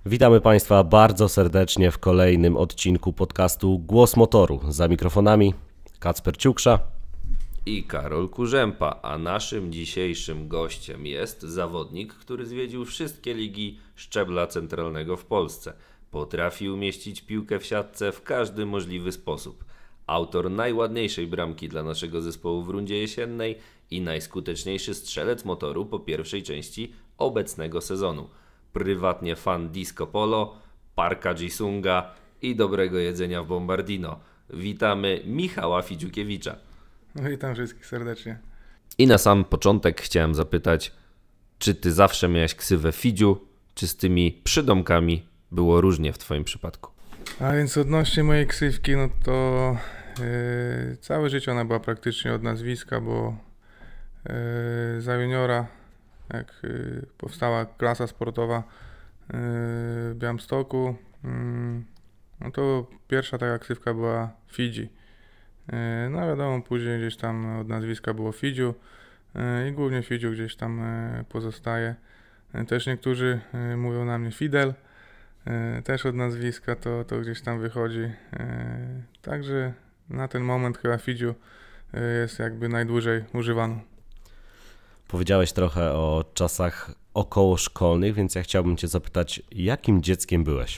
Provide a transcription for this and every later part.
Witamy Państwa bardzo serdecznie w kolejnym odcinku podcastu Głos Motoru. Za mikrofonami Kacper Ciuksza i Karol Kurzępa, a naszym dzisiejszym gościem jest zawodnik, który zwiedził wszystkie ligi szczebla centralnego w Polsce. Potrafi umieścić piłkę w siatce w każdy możliwy sposób. Autor najładniejszej bramki dla naszego zespołu w rundzie jesiennej i najskuteczniejszy strzelec motoru po pierwszej części obecnego sezonu. Prywatnie fan disco polo, parka Gisunga i dobrego jedzenia w Bombardino. Witamy Michała Fidziukiewicza. No, witam wszystkich serdecznie. I na sam początek chciałem zapytać, czy ty zawsze miałeś ksywę Fidziu, czy z tymi przydomkami było różnie w twoim przypadku? A więc odnośnie mojej ksywki, no to całe życie ona była praktycznie od nazwiska, bo za juniora, jak powstała klasa sportowa w Białymstoku, no to pierwsza taka ksywka była Fidzi. No wiadomo, później gdzieś tam od nazwiska było Fidziu i głównie Fidziu gdzieś tam pozostaje. Też niektórzy mówią na mnie Fidel, też od nazwiska to gdzieś tam wychodzi. Także na ten moment chyba Fidziu jest jakby najdłużej używaną. Powiedziałeś trochę o czasach okołoszkolnych, więc ja chciałbym Cię zapytać, jakim dzieckiem byłeś?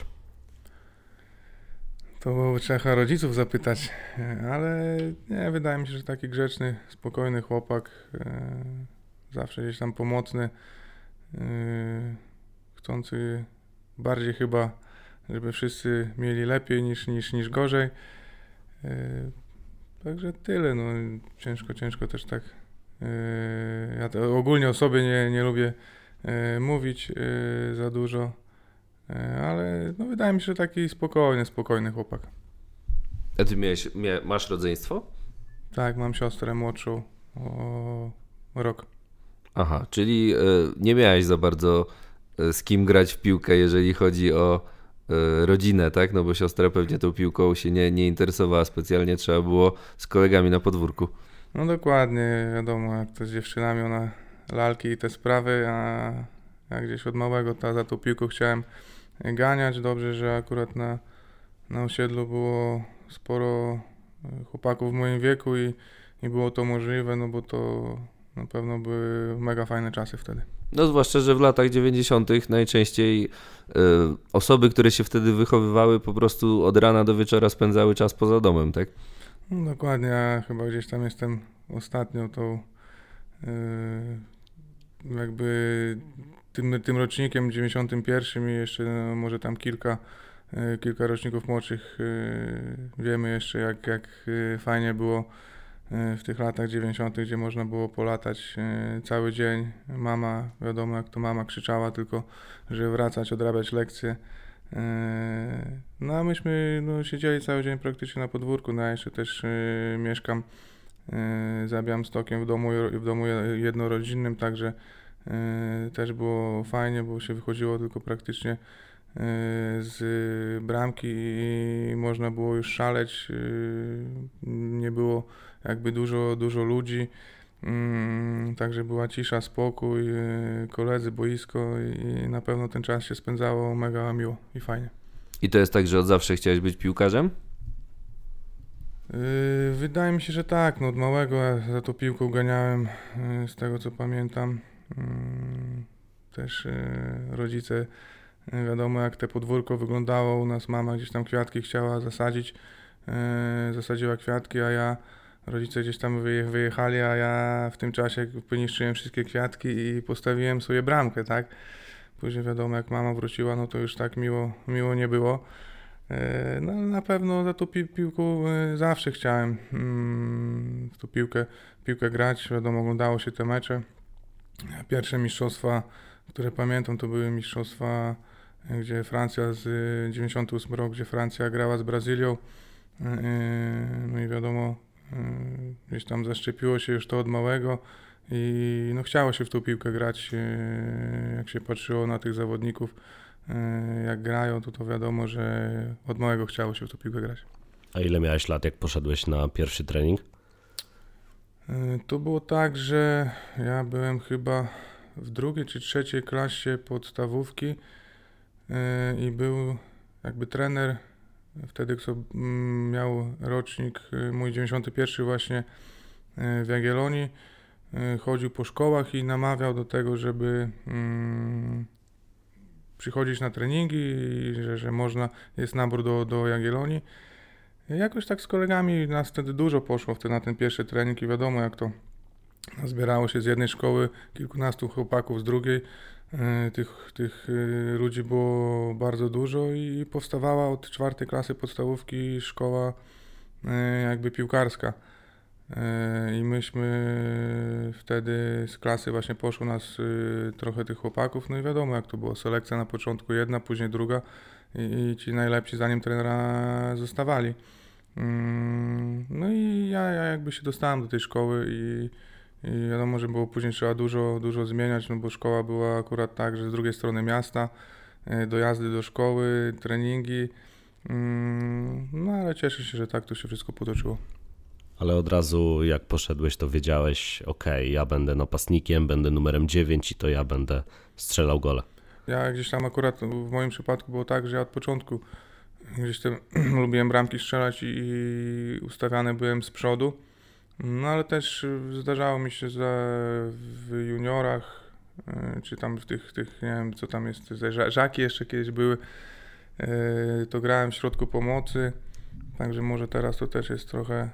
To trzeba rodziców zapytać, ale nie, wydaje mi się, że taki grzeczny, spokojny chłopak, zawsze gdzieś tam pomocny, chcący bardziej chyba, żeby wszyscy mieli lepiej niż gorzej. Także tyle, no ciężko też tak. Ja to ogólnie o sobie nie lubię mówić za dużo. Ale no wydaje mi się, że taki spokojny chłopak. A ty masz rodzeństwo? Tak, mam siostrę młodszą o rok. Aha, czyli nie miałeś za bardzo z kim grać w piłkę, jeżeli chodzi o rodzinę, tak? No bo siostra pewnie tą piłką się nie interesowała specjalnie, trzeba było z kolegami na podwórku. No dokładnie, wiadomo, jak to z dziewczynami, ona lalki i te sprawy, a ja gdzieś od małego za tą piłką chciałem ganiać. Dobrze, że akurat na osiedlu było sporo chłopaków w moim wieku i było to możliwe, no bo to na pewno były mega fajne czasy wtedy. No zwłaszcza, że w latach 90. najczęściej osoby, które się wtedy wychowywały, po prostu od rana do wieczora spędzały czas poza domem, tak? No dokładnie, ja chyba gdzieś tam jestem ostatnią tą jakby tym rocznikiem 91 i jeszcze może tam kilka roczników młodszych wiemy jeszcze jak fajnie było w tych latach 90., gdzie można było polatać cały dzień. Mama, wiadomo jak to mama krzyczała tylko, żeby wracać, odrabiać lekcje. No a myśmy siedzieli cały dzień praktycznie na podwórku. No ja jeszcze też mieszkam za Białymstokiem w domu jednorodzinnym, także też było fajnie, bo się wychodziło tylko praktycznie z bramki i można było już szaleć. Nie było jakby dużo ludzi, także była cisza, spokój, koledzy, boisko i na pewno ten czas się spędzało mega miło i fajnie. I to jest tak, że od zawsze chciałeś być piłkarzem? Wydaje mi się, że tak. No od małego ja za tą piłką ganiałem, z tego co pamiętam. Też rodzice, wiadomo jak te podwórko wyglądało, u nas mama gdzieś tam kwiatki chciała zasadzić, zasadziła kwiatki, rodzice gdzieś tam wyjechali, a ja w tym czasie poniszczyłem wszystkie kwiatki i postawiłem sobie bramkę, tak? Później wiadomo jak mama wróciła, no to już tak miło nie było. No ale na pewno za tą piłką zawsze chciałem w tą piłkę grać, wiadomo oglądało się te mecze. Pierwsze mistrzostwa, które pamiętam, to były mistrzostwa, gdzie Francja z 98 rok, gdzie Francja grała z Brazylią. No i wiadomo, gdzieś tam zaszczepiło się już to od małego i no chciało się w tą piłkę grać, jak się patrzyło na tych zawodników, jak grają, to wiadomo, że od małego chciało się w tą piłkę grać. A ile miałeś lat, jak poszedłeś na pierwszy trening? To było tak, że ja byłem chyba w drugiej czy trzeciej klasie podstawówki. i był jakby trener, wtedy kto miał rocznik mój 91 właśnie w Jagiellonii, chodził po szkołach i namawiał do tego, żeby przychodzić na treningi i że można, jest nabór do Jagiellonii. Jakoś tak z kolegami nas wtedy dużo poszło na ten pierwszy trening i wiadomo jak to zbierało się z jednej szkoły kilkunastu chłopaków z drugiej. Tych ludzi było bardzo dużo i powstawała od 4. klasy podstawówki szkoła jakby piłkarska. I myśmy wtedy z klasy właśnie poszło nas trochę tych chłopaków, no i wiadomo jak to było, selekcja na początku jedna, później druga i ci najlepsi zanim trenera zostawali. No i ja jakby się dostałem do tej szkoły i wiadomo, że było później trzeba dużo zmieniać, no bo szkoła była akurat tak, że z drugiej strony miasta, dojazdy do szkoły, treningi, no ale cieszę się, że tak to się wszystko potoczyło. Ale od razu jak poszedłeś, to wiedziałeś, ja będę napastnikiem, będę numerem 9 i to ja będę strzelał gole. Ja gdzieś tam akurat w moim przypadku było tak, że ja od początku gdzieś tam lubiłem bramki strzelać i ustawiany byłem z przodu. No ale też zdarzało mi się, że w juniorach, czy tam w tych nie wiem co tam jest, żaki jeszcze kiedyś były, to grałem w środku pomocy, także może teraz to też jest trochę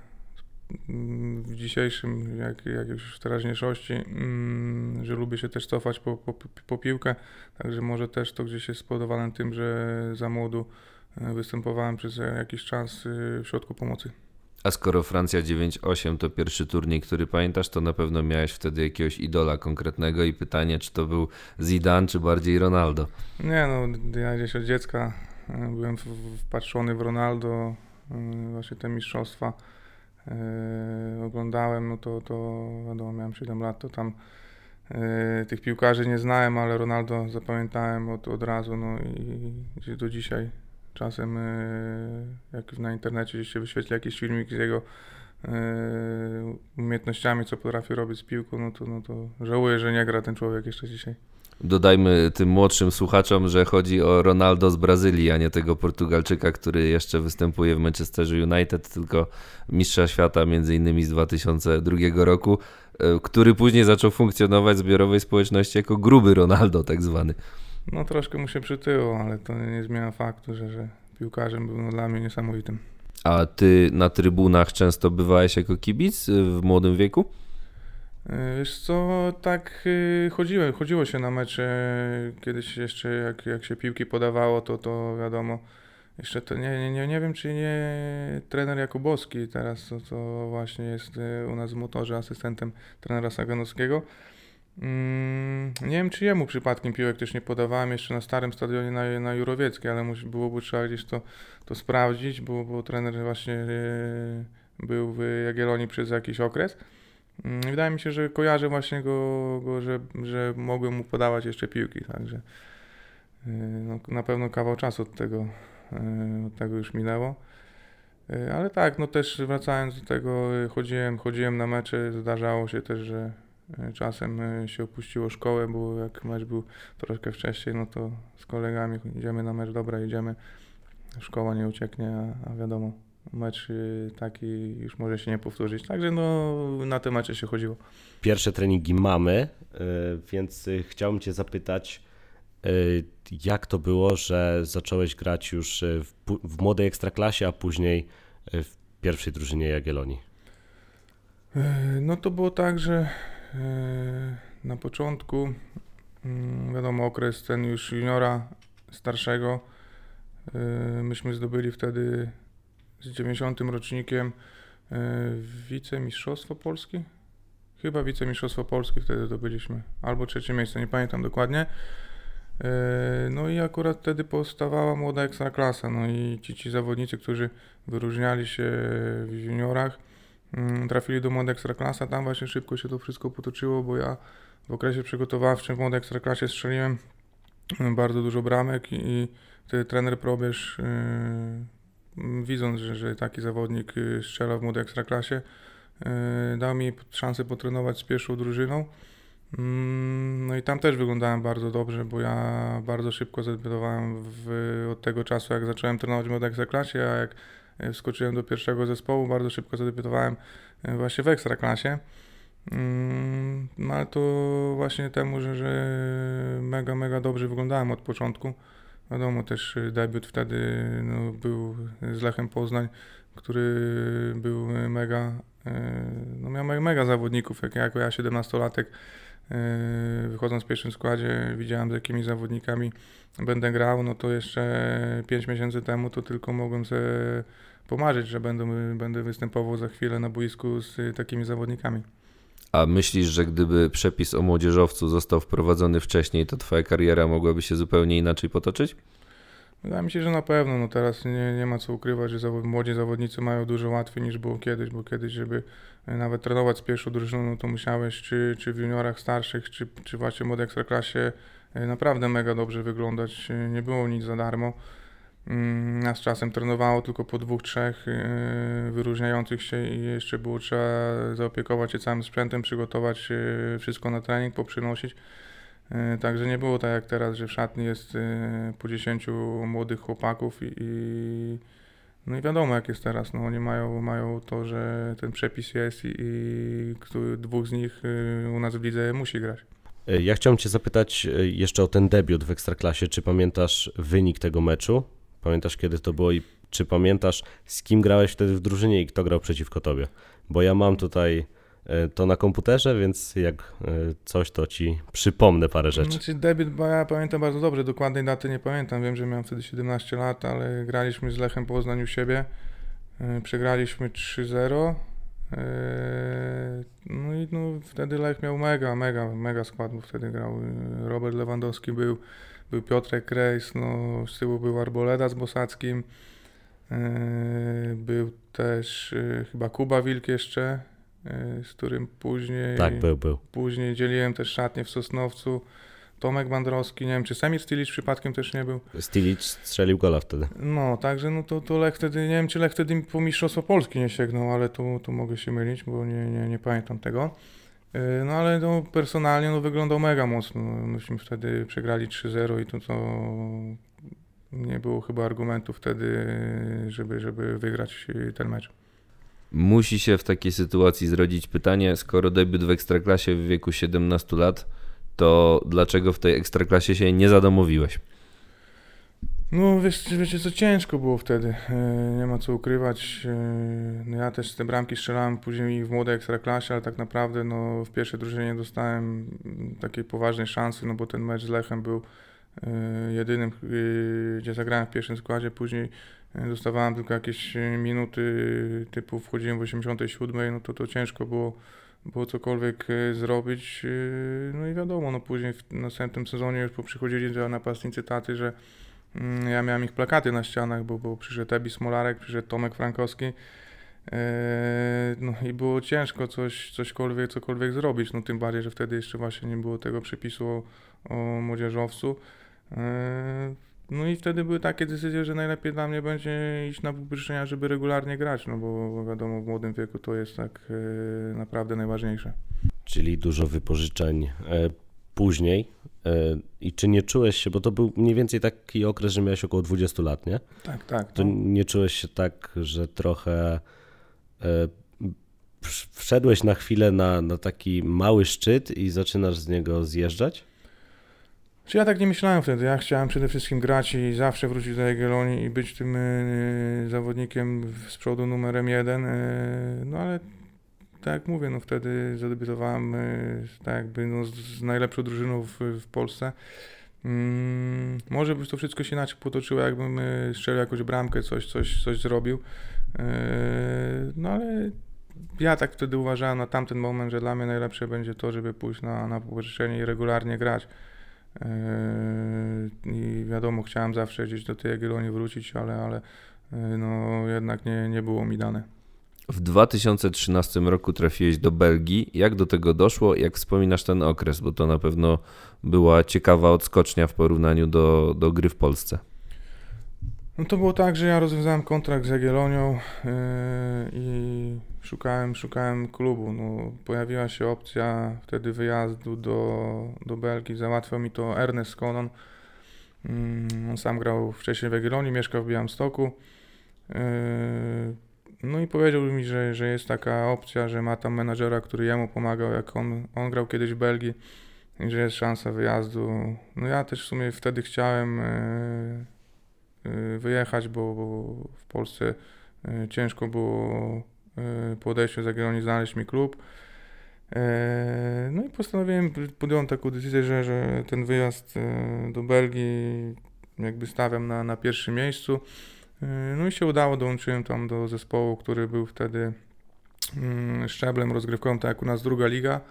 w dzisiejszym, jak już w teraźniejszości, że lubię się też cofać po piłkę, także może też to gdzieś jest spowodowane tym, że za młodu występowałem przez jakiś czas w środku pomocy. A skoro Francja 9-8 to pierwszy turniej, który pamiętasz, to na pewno miałeś wtedy jakiegoś idola konkretnego i pytanie, czy to był Zidane, czy bardziej Ronaldo? Nie no, ja gdzieś od dziecka byłem wpatrzony w Ronaldo, właśnie te mistrzostwa oglądałem, no to wiadomo, miałem 7 lat, to tam tych piłkarzy nie znałem, ale Ronaldo zapamiętałem od razu, no i do dzisiaj. Czasem jak na internecie gdzieś się wyświetli jakiś filmik z jego umiejętnościami, co potrafi robić z piłką, no to żałuję, że nie gra ten człowiek jeszcze dzisiaj. Dodajmy tym młodszym słuchaczom, że chodzi o Ronaldo z Brazylii, a nie tego Portugalczyka, który jeszcze występuje w Manchesterze United, tylko mistrza świata między innymi z 2002 roku, który później zaczął funkcjonować w zbiorowej społeczności jako gruby Ronaldo tak zwany. No troszkę mu się przytyło, ale to nie zmienia faktu, że piłkarzem był dla mnie niesamowitym. A ty na trybunach często bywałeś jako kibic w młodym wieku? Wiesz co, tak chodziło się na mecze, kiedyś jeszcze jak się piłki podawało, to wiadomo, jeszcze to nie wiem czy nie trener Jakubowski teraz, to właśnie jest u nas w Motorze asystentem trenera Saganowskiego. Nie wiem czy jemu przypadkiem piłek też nie podawałem jeszcze na starym stadionie na Jurowieckiej, ale byłoby trzeba gdzieś to sprawdzić, bo trener właśnie był w Jagiellonii przez jakiś okres. Wydaje mi się, że kojarzę właśnie go że mogłem mu podawać jeszcze piłki, także no, na pewno kawał czasu od tego już minęło. Ale tak, no też wracając do tego, chodziłem na mecze, zdarzało się też, że czasem się opuściło szkołę, bo jak mecz był troszkę wcześniej, no to z kolegami idziemy na mecz, dobra, idziemy, szkoła nie ucieknie, a wiadomo, mecz taki już może się nie powtórzyć, także no na te mecze się chodziło. Pierwsze treningi mamy, więc chciałbym Cię zapytać, jak to było, że zacząłeś grać już w młodej ekstraklasie, a później w pierwszej drużynie Jagiellonii? No to było tak, że na początku, wiadomo, okres ten już juniora starszego, myśmy zdobyli wtedy z 90. rocznikiem wicemistrzostwo Polski. Chyba wicemistrzostwo Polski wtedy zdobyliśmy, albo trzecie miejsce, nie pamiętam dokładnie. No i akurat wtedy powstawała młoda ekstraklasa, no i ci zawodnicy, którzy wyróżniali się w juniorach, trafili do młodej ekstraklasa, tam właśnie szybko się to wszystko potoczyło, bo ja w okresie przygotowawczym w młodej ekstraklasie strzeliłem bardzo dużo bramek i wtedy trener Probierz, widząc, że taki zawodnik strzela w młodej ekstraklasie, dał mi szansę potrenować z pierwszą drużyną. No i tam też wyglądałem bardzo dobrze, bo ja bardzo szybko zadebiutowałem od tego czasu, jak zacząłem trenować w młodej ekstraklasie, a jak wskoczyłem do pierwszego zespołu, bardzo szybko zadebiutowałem właśnie w ekstraklasie. No ale to właśnie temu, że mega dobrze wyglądałem od początku. Wiadomo, też debiut wtedy był z Lechem Poznań, który był miał mega zawodników, jak ja 17-latek, wychodząc w pierwszym składzie, widziałem, z jakimi zawodnikami będę grał, no to jeszcze 5 miesięcy temu to tylko mogłem sobie pomarzyć, że będę występował za chwilę na boisku z takimi zawodnikami. A myślisz, że gdyby przepis o młodzieżowcu został wprowadzony wcześniej, to twoja kariera mogłaby się zupełnie inaczej potoczyć? Wydaje mi się, że na pewno. No teraz nie ma co ukrywać, że młodzi zawodnicy mają dużo łatwiej niż było kiedyś, bo kiedyś, żeby nawet trenować z pierwszą drużyną, no to musiałeś czy w juniorach starszych, czy właśnie w młodej ekstraklasie naprawdę mega dobrze wyglądać. Nie było nic za darmo. Nas czasem trenowało tylko po 2-3 wyróżniających się i jeszcze było trzeba zaopiekować się całym sprzętem, przygotować wszystko na trening, poprzynosić. Także nie było tak jak teraz, że w szatni jest po 10 młodych chłopaków no i wiadomo jak jest teraz. No, oni mają to, że ten przepis jest i dwóch z nich u nas w lidze musi grać. Ja chciałem Cię zapytać jeszcze o ten debiut w Ekstraklasie. Czy pamiętasz wynik tego meczu? Pamiętasz, kiedy to było i czy pamiętasz, z kim grałeś wtedy w drużynie i kto grał przeciwko Tobie? Bo ja mam tutaj to na komputerze, więc jak coś, to Ci przypomnę parę rzeczy. Znaczy debiut, bo ja pamiętam bardzo dobrze, dokładnej daty nie pamiętam. Wiem, że miałem wtedy 17 lat, ale graliśmy z Lechem Poznań u siebie. Przegraliśmy 3-0. No i wtedy Lech miał mega skład, bo wtedy grał Robert Lewandowski, był Piotrek Krejs, z tyłu był Arboleda z Bosackim, był też chyba Kuba Wilk jeszcze, z którym później... Tak, był. Później dzieliłem też szatnię w Sosnowcu, Tomek Bandrowski, nie wiem, czy Semir Stilic przypadkiem też nie był. Stilic strzelił gola wtedy. No, także to Lech wtedy, nie wiem, czy Lech wtedy po Mistrzostwo Polski nie sięgnął, ale tu mogę się mylić, bo nie pamiętam tego. No ale personalnie wyglądał mega mocno. Myśmy wtedy przegrali 3-0 i to nie było chyba argumentu wtedy, żeby wygrać ten mecz. Musi się w takiej sytuacji zrodzić pytanie, skoro debiut w Ekstraklasie w wieku 17 lat, to dlaczego w tej Ekstraklasie się nie zadomowiłeś? No wiecie co, ciężko było wtedy, nie ma co ukrywać. Ja też te bramki strzelałem później w młodej Ekstraklasie, ale tak naprawdę w pierwszej drużynie nie dostałem takiej poważnej szansy, bo ten mecz z Lechem był jedynym, gdzie zagrałem w pierwszym składzie. Później dostawałem tylko jakieś minuty, typu wchodziłem w 87, to ciężko było cokolwiek zrobić. No i wiadomo, później w następnym sezonie już przychodzili napastnicy tacy, że ja miałem ich plakaty na ścianach, bo przyszedł Ebi Smolarek, przyszedł Tomek Frankowski. I było ciężko cokolwiek zrobić, tym bardziej, że wtedy jeszcze właśnie nie było tego przepisu o młodzieżowcu. I wtedy były takie decyzje, że najlepiej dla mnie będzie iść na wypożyczenia, żeby regularnie grać, bo wiadomo, w młodym wieku to jest tak naprawdę najważniejsze. Czyli dużo wypożyczeń później. I czy nie czułeś się, bo to był mniej więcej taki okres, że miałeś około 20 lat, nie? Tak. To nie czułeś się tak, że trochę wszedłeś na chwilę na taki mały szczyt i zaczynasz z niego zjeżdżać? Czy ja tak nie myślałem wtedy, ja chciałem przede wszystkim grać i zawsze wrócić do Jagiellonii i być tym zawodnikiem z przodu numerem 1, ale tak jak mówię, wtedy zadebiutowałem tak jakby z najlepszą drużyną w Polsce. Może by to wszystko się inaczej potoczyło, jakbym strzelił jakąś bramkę, coś zrobił. Ale ja tak wtedy uważałem na tamten moment, że dla mnie najlepsze będzie to, żeby pójść na wypożyczenie i regularnie grać. I wiadomo, chciałem zawsze gdzieś do tej Jagiellonii wrócić, ale jednak nie było mi dane. W 2013 roku trafiłeś do Belgii. Jak do tego doszło? Jak wspominasz ten okres? Bo to na pewno była ciekawa odskocznia w porównaniu do gry w Polsce. No to było tak, że ja rozwiązałem kontrakt z Jagiellonią i szukałem klubu. No, pojawiła się opcja wtedy wyjazdu do Belgii. Załatwiał mi to Ernest Konon. On sam grał wcześniej w Jagiellonii, mieszkał w Białymstoku. No i powiedział mi, że jest taka opcja, że ma tam menadżera, który jemu pomagał, jak on grał kiedyś w Belgii i że jest szansa wyjazdu. No ja też w sumie wtedy chciałem wyjechać, bo w Polsce ciężko było po odejściu z Jagiellonii znaleźć mi klub. No i podjąłem taką decyzję, że ten wyjazd do Belgii jakby stawiam na pierwszym miejscu. No i się udało, dołączyłem tam do zespołu, który był wtedy szczeblem rozgrywkowym, tak jak u nas druga liga.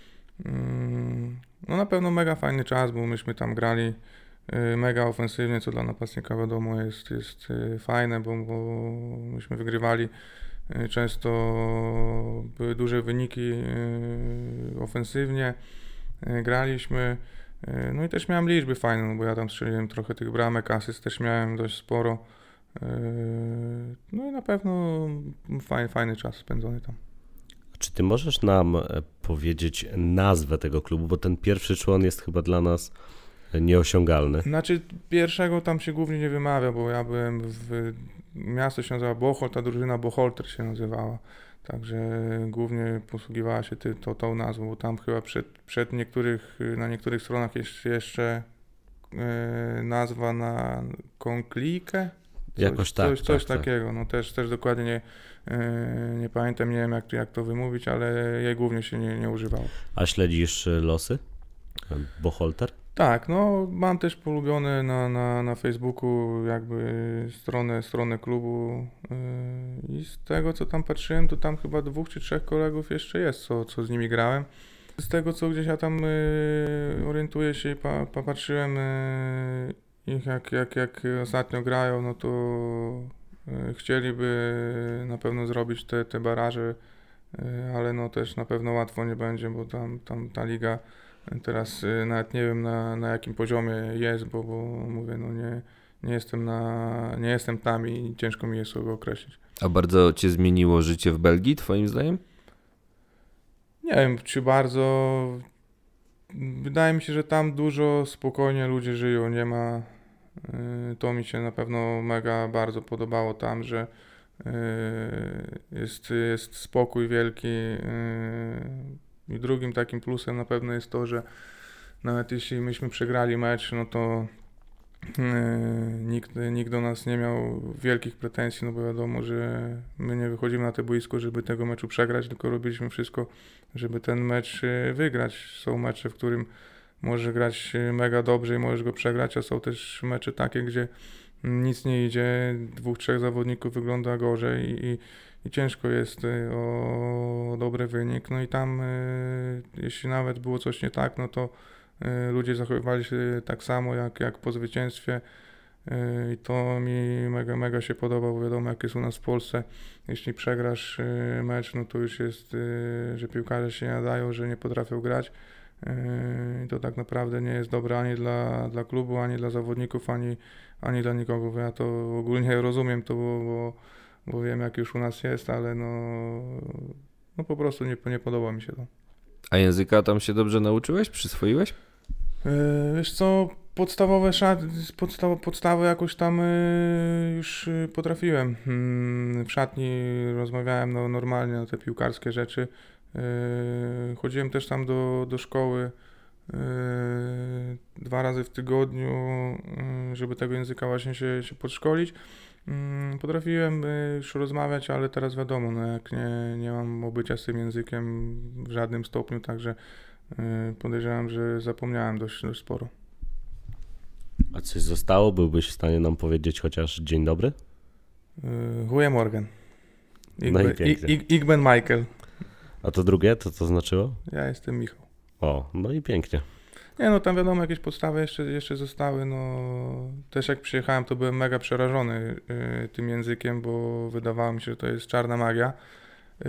No na pewno mega fajny czas, bo myśmy tam grali mega ofensywnie, co dla napastnika wiadomo jest fajne, bo myśmy wygrywali. Często były duże wyniki ofensywnie, graliśmy. No i też miałem liczby fajne, no bo ja tam strzeliłem trochę tych bramek, asyst też miałem dość sporo. No i na pewno fajny czas spędzony tam. Czy ty możesz nam powiedzieć nazwę tego klubu, bo ten pierwszy człon jest chyba dla nas nieosiągalny. Znaczy pierwszego tam się głównie nie wymawia, bo ja byłem miasto się nazywa Bocholt, ta drużyna Bocholter się nazywała. Także głównie posługiwała się tą nazwą, bo tam chyba na niektórych stronach jest jeszcze nazwa na Konklikę. Jakoś tak. Coś takiego, no też dokładnie nie pamiętam, nie wiem jak to wymówić, ale jej głównie się nie używało. A śledzisz losy? Bocholter? Tak, no mam też polubione na Facebooku jakby stronę klubu i z tego co tam patrzyłem, to tam chyba 2 czy 3 kolegów jeszcze jest, co z nimi grałem. Z tego co gdzieś ja tam orientuję się i patrzyłem ich jak ostatnio grają, no to chcieliby na pewno zrobić te baraże, ale no też na pewno łatwo nie będzie, bo tam ta liga teraz nawet nie wiem na jakim poziomie jest, bo mówię, no nie jestem tam i ciężko mi jest go określić. A bardzo cię zmieniło życie w Belgii, twoim zdaniem? Nie wiem, czy bardzo. Wydaje mi się, że tam dużo spokojnie ludzie żyją, nie ma. To mi się na pewno mega bardzo podobało tam, że jest spokój wielki. I drugim takim plusem na pewno jest to, że nawet jeśli myśmy przegrali mecz, no to nikt do nas nie miał wielkich pretensji, no bo wiadomo, że my nie wychodzimy na to boisko, żeby tego meczu przegrać, tylko robiliśmy wszystko, żeby ten mecz wygrać. Są mecze, w którym możesz grać mega dobrze i możesz go przegrać, a są też mecze takie, gdzie nic nie idzie, 2-3 zawodników wygląda gorzej i ciężko jest o dobry wynik. No i tam jeśli nawet było coś nie tak, no to ludzie zachowywali się tak samo jak po zwycięstwie i to mi mega się podoba, bo wiadomo jak jest u nas w Polsce, jeśli przegrasz mecz, no to już jest, że piłkarze się nie nadają, że nie potrafią grać. I to tak naprawdę nie jest dobre ani dla klubu, ani dla zawodników, ani dla nikogo. Ja to ogólnie rozumiem to, bo wiem jak już u nas jest, ale no po prostu nie podoba mi się to. A języka tam się dobrze nauczyłeś? Przyswoiłeś? Wiesz co, podstawy jakoś tam już potrafiłem. W szatni rozmawiałem normalnie na te piłkarskie rzeczy. Chodziłem też tam do szkoły 2 razy w tygodniu, żeby tego języka właśnie się podszkolić. Potrafiłem już rozmawiać, ale teraz wiadomo, no jak nie mam obycia z tym językiem w żadnym stopniu, także podejrzewam, że zapomniałem dość sporo. A coś zostało? Byłbyś w stanie nam powiedzieć chociaż dzień dobry? Goeie Morgen. No i pięknie. Ik ben Michael. A to drugie, to znaczyło? Ja jestem Michał. O, no i pięknie. Nie no, tam wiadomo, jakieś podstawy jeszcze zostały, no też jak przyjechałem, to byłem mega przerażony tym językiem, bo wydawało mi się, że to jest czarna magia,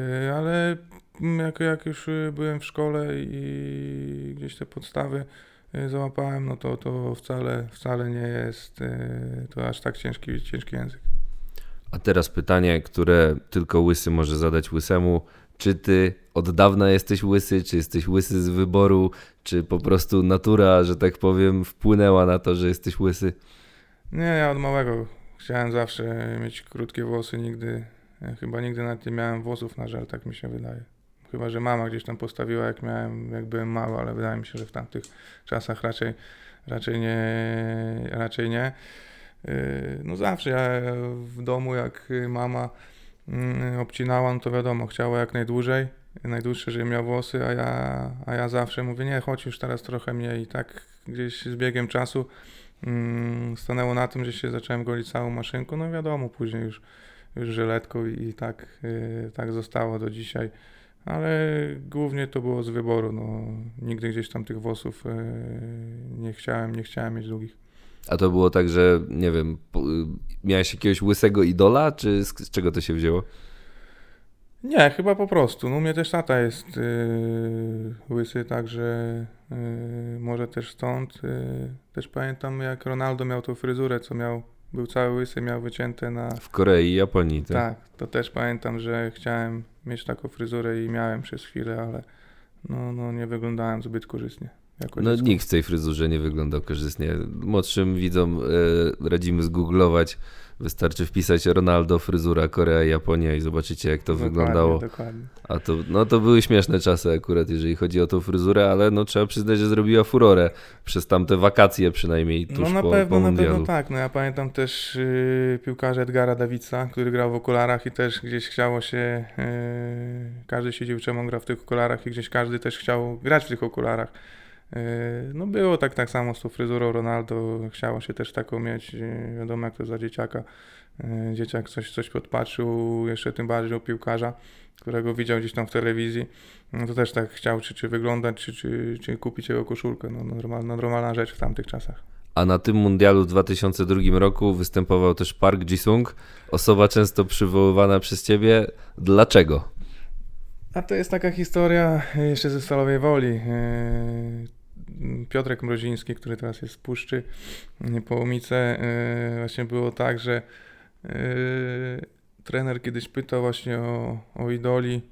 ale jak już byłem w szkole i gdzieś te podstawy załapałem, no to wcale nie jest to aż tak ciężki język. A teraz pytanie, które tylko łysy może zadać łysemu. Czy ty od dawna jesteś łysy, czy jesteś łysy z wyboru, czy po prostu natura, że tak powiem, wpłynęła na to, że jesteś łysy? Nie, ja od małego chciałem zawsze mieć krótkie włosy, chyba nigdy nawet nie miałem włosów na żel, tak mi się wydaje. Chyba że mama gdzieś tam postawiła jak byłem mały, ale wydaje mi się, że w tamtych czasach raczej nie. No zawsze ja w domu, jak mama obcinała, no to wiadomo, chciała jak najdłuższe, żebym miał włosy, a ja zawsze mówię, nie, chodź już teraz trochę mniej. I tak gdzieś z biegiem czasu stanęło na tym, że się zacząłem golić całą maszynką, no wiadomo, później już żyletką i tak zostało do dzisiaj. Ale głównie to było z wyboru, no nigdy gdzieś tam tych włosów nie chciałem mieć długich. A to było tak, że nie wiem, miałeś jakiegoś łysego idola, czy z czego to się wzięło? Nie, chyba po prostu. No u mnie też tata jest łysy, także może też stąd. Też pamiętam, jak Ronaldo miał tą fryzurę, był cały łysy, miał wycięte na... W Korei i Japonii, tak? Tak, to też pamiętam, że chciałem mieć taką fryzurę i miałem przez chwilę, ale no nie wyglądałem zbyt korzystnie. No nikt w tej fryzurze nie wyglądał korzystnie. Młodszym widzom radzimy zgooglować. Wystarczy wpisać Ronaldo, fryzura, Korea, Japonia i zobaczycie, jak to wyglądało. Dokładnie. A to były śmieszne czasy akurat, jeżeli chodzi o tą fryzurę, ale no trzeba przyznać, że zrobiła furorę przez tamte wakacje przynajmniej tuż po mundialu. Na pewno tak. No ja pamiętam też piłkarza Edgara Davidsa, który grał w okularach i też gdzieś chciało się, każdy się dziwił, czemu on gra w tych okularach i gdzieś każdy też chciał grać w tych okularach. No było tak samo z tą fryzurą Ronaldo, chciało się też taką mieć, wiadomo jak to za dzieciaka. Dzieciak coś podpatrzył, jeszcze tym bardziej u piłkarza, którego widział gdzieś tam w telewizji, no to też tak chciał czy wyglądać, czy kupić jego koszulkę, normalna rzecz w tamtych czasach. A na tym mundialu w 2002 roku występował też Park Ji-sung, osoba często przywoływana przez ciebie. Dlaczego? A to jest taka historia jeszcze ze Stalowej Woli. Piotrek Mroziński, który teraz jest w Puszczy Połomice, właśnie było tak, że trener kiedyś pytał właśnie o idoli,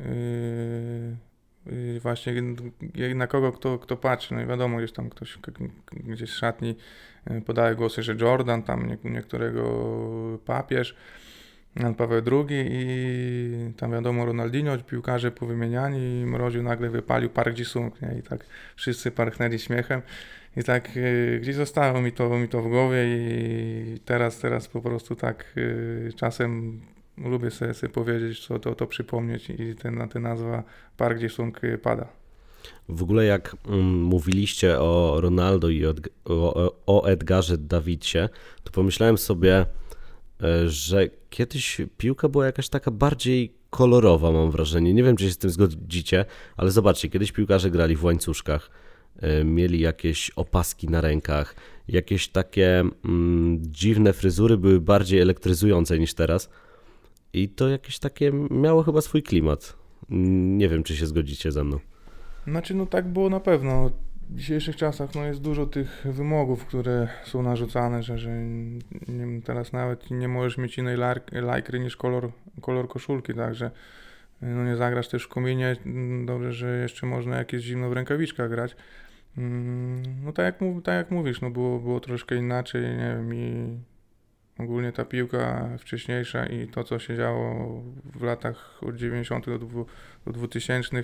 właśnie na kogo kto patrzy. No i wiadomo, gdzieś tam ktoś gdzieś w szatni podaje głosy, że Jordan, tam niektórego papież, Jan Paweł II i tam wiadomo Ronaldinho, piłkarze powymieniani i Mroziu nagle wypalił Park Ji-sung, nie? I tak wszyscy parchnęli śmiechem i tak gdzieś zostało mi to w głowie i teraz po prostu tak czasem lubię sobie powiedzieć, co to przypomnieć i ta nazwa Park Ji-sung pada. W ogóle jak mówiliście o Ronaldo i o Edgarze Davidsie, to pomyślałem sobie, że kiedyś piłka była jakaś taka bardziej kolorowa, mam wrażenie. Nie wiem, czy się z tym zgodzicie, ale zobaczcie, kiedyś piłkarze grali w łańcuszkach, mieli jakieś opaski na rękach, jakieś takie dziwne fryzury były bardziej elektryzujące niż teraz i to jakieś takie miało chyba swój klimat. Nie wiem, czy się zgodzicie ze mną. Znaczy, no tak było na pewno. W dzisiejszych czasach jest dużo tych wymogów, które są narzucane, że teraz nawet nie możesz mieć innej lajkry niż kolor koszulki, także nie zagrasz też w kominie, dobrze, że jeszcze można jakieś zimno w rękawiczkach grać. No tak jak mówisz, było troszkę inaczej, nie wiem, i ogólnie ta piłka wcześniejsza i to, co się działo w latach od 90 do 2000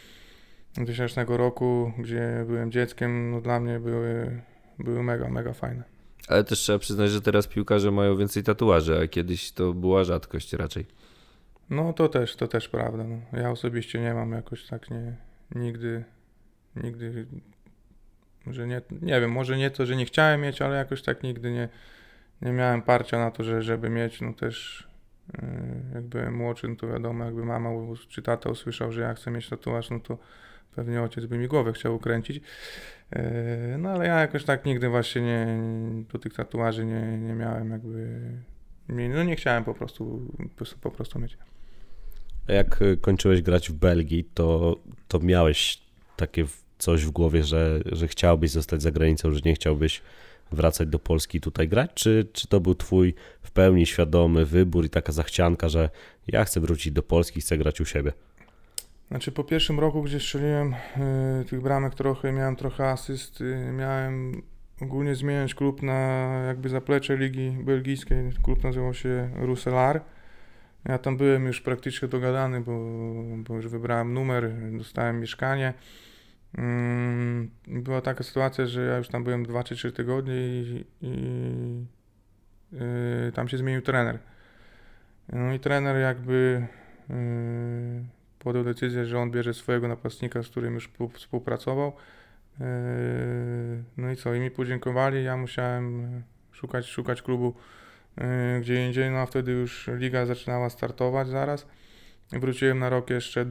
roku, gdzie byłem dzieckiem, dla mnie były mega, mega fajne. Ale też trzeba przyznać, że teraz piłkarze mają więcej tatuaży, a kiedyś to była rzadkość raczej. No to też prawda. No. Ja osobiście nie mam jakoś tak nigdy, że nie wiem, może nie to, że nie chciałem mieć, ale jakoś tak nigdy nie miałem parcia na to, żeby mieć, no też jak byłem młodszy, no to wiadomo, jakby mama czy tata usłyszał, że ja chcę mieć tatuaż, no to pewnie ojciec by mi głowę chciał ukręcić. No ale ja jakoś tak nigdy właśnie do tych tatuaży nie miałem jakby, nie chciałem po prostu mieć. A jak kończyłeś grać w Belgii, to miałeś takie coś w głowie, że chciałbyś zostać za granicą, że nie chciałbyś wracać do Polski i tutaj grać, czy to był twój w pełni świadomy wybór i taka zachcianka, że ja chcę wrócić do Polski, chcę grać u siebie? Znaczy po pierwszym roku, gdzie strzeliłem tych bramek trochę, miałem trochę asyst, miałem ogólnie zmieniać klub na jakby zaplecze ligi belgijskiej. Klub nazywał się Roeselare. Ja tam byłem już praktycznie dogadany, bo już wybrałem numer, dostałem mieszkanie. Była taka sytuacja, że ja już tam byłem 2 czy 3 tygodnie i tam się zmienił trener. No i trener jakby podjął decyzję, że on bierze swojego napastnika, z którym już współpracował. No i co, i mi podziękowali, ja musiałem szukać klubu gdzie indziej, no a wtedy już liga zaczynała startować zaraz. Wróciłem na rok jeszcze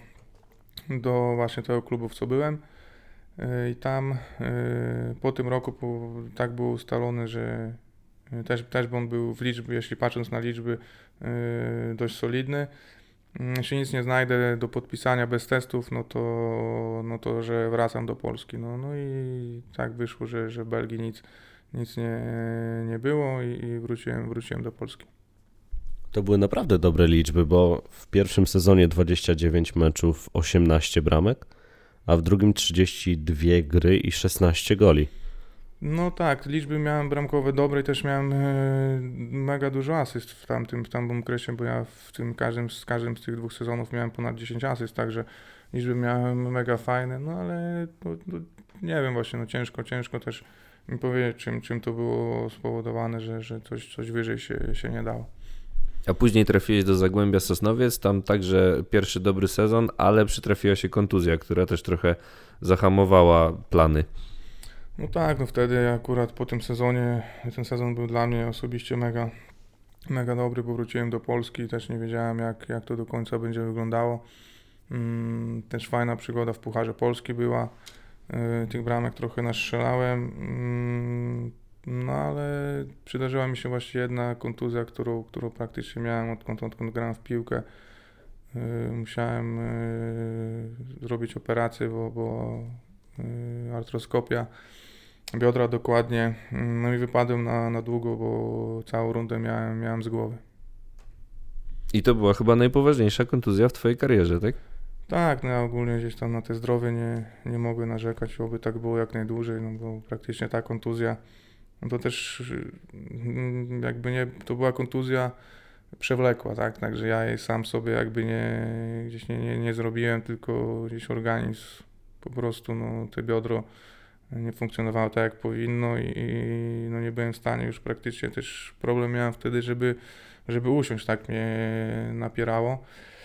do właśnie tego klubu, w co byłem i tam po tym roku tak było ustalone, że też bo on był w liczbie, jeśli patrząc na liczby, dość solidny. Jeśli nic nie znajdę do podpisania bez testów, no to że wracam do Polski. No i tak wyszło, że w Belgii nic nie było i wróciłem do Polski. To były naprawdę dobre liczby, bo w pierwszym sezonie 29 meczów, 18 bramek, a w drugim 32 gry i 16 goli. No tak, liczby miałem bramkowe dobre i też miałem mega dużo asyst w tamtym okresie, bo ja z każdym z tych 2 sezonów miałem ponad 10 asyst, także liczby miałem mega fajne, no ale nie wiem właśnie, no ciężko też mi powiedzieć, czym to było spowodowane, że coś wyżej się nie dało. A później trafiłeś do Zagłębia Sosnowiec, tam także pierwszy dobry sezon, ale przytrafiła się kontuzja, która też trochę zahamowała plany. No tak, no wtedy akurat po tym sezonie, ten sezon był dla mnie osobiście mega dobry, bo wróciłem do Polski i też nie wiedziałem jak to do końca będzie wyglądało. Też fajna przygoda w Pucharze Polski była, tych bramek trochę nastrzelałem, no ale przydarzyła mi się właśnie jedna kontuzja, którą praktycznie miałem odkąd grałem w piłkę. Musiałem zrobić operację, bo artroskopia biodra dokładnie, no i wypadłem na długo, bo całą rundę miałem z głowy. I to była chyba najpoważniejsza kontuzja w twojej karierze, tak? Tak, no ja ogólnie gdzieś tam na te zdrowie nie mogę narzekać, oby tak było jak najdłużej, no bo praktycznie ta kontuzja, no to też jakby to była kontuzja przewlekła, tak, także ja jej sam sobie jakby gdzieś nie zrobiłem, tylko gdzieś organizm po prostu, no te biodro nie funkcjonowało tak jak powinno i no nie byłem w stanie już praktycznie, też problem miałem wtedy, żeby usiąść, tak mnie napierało.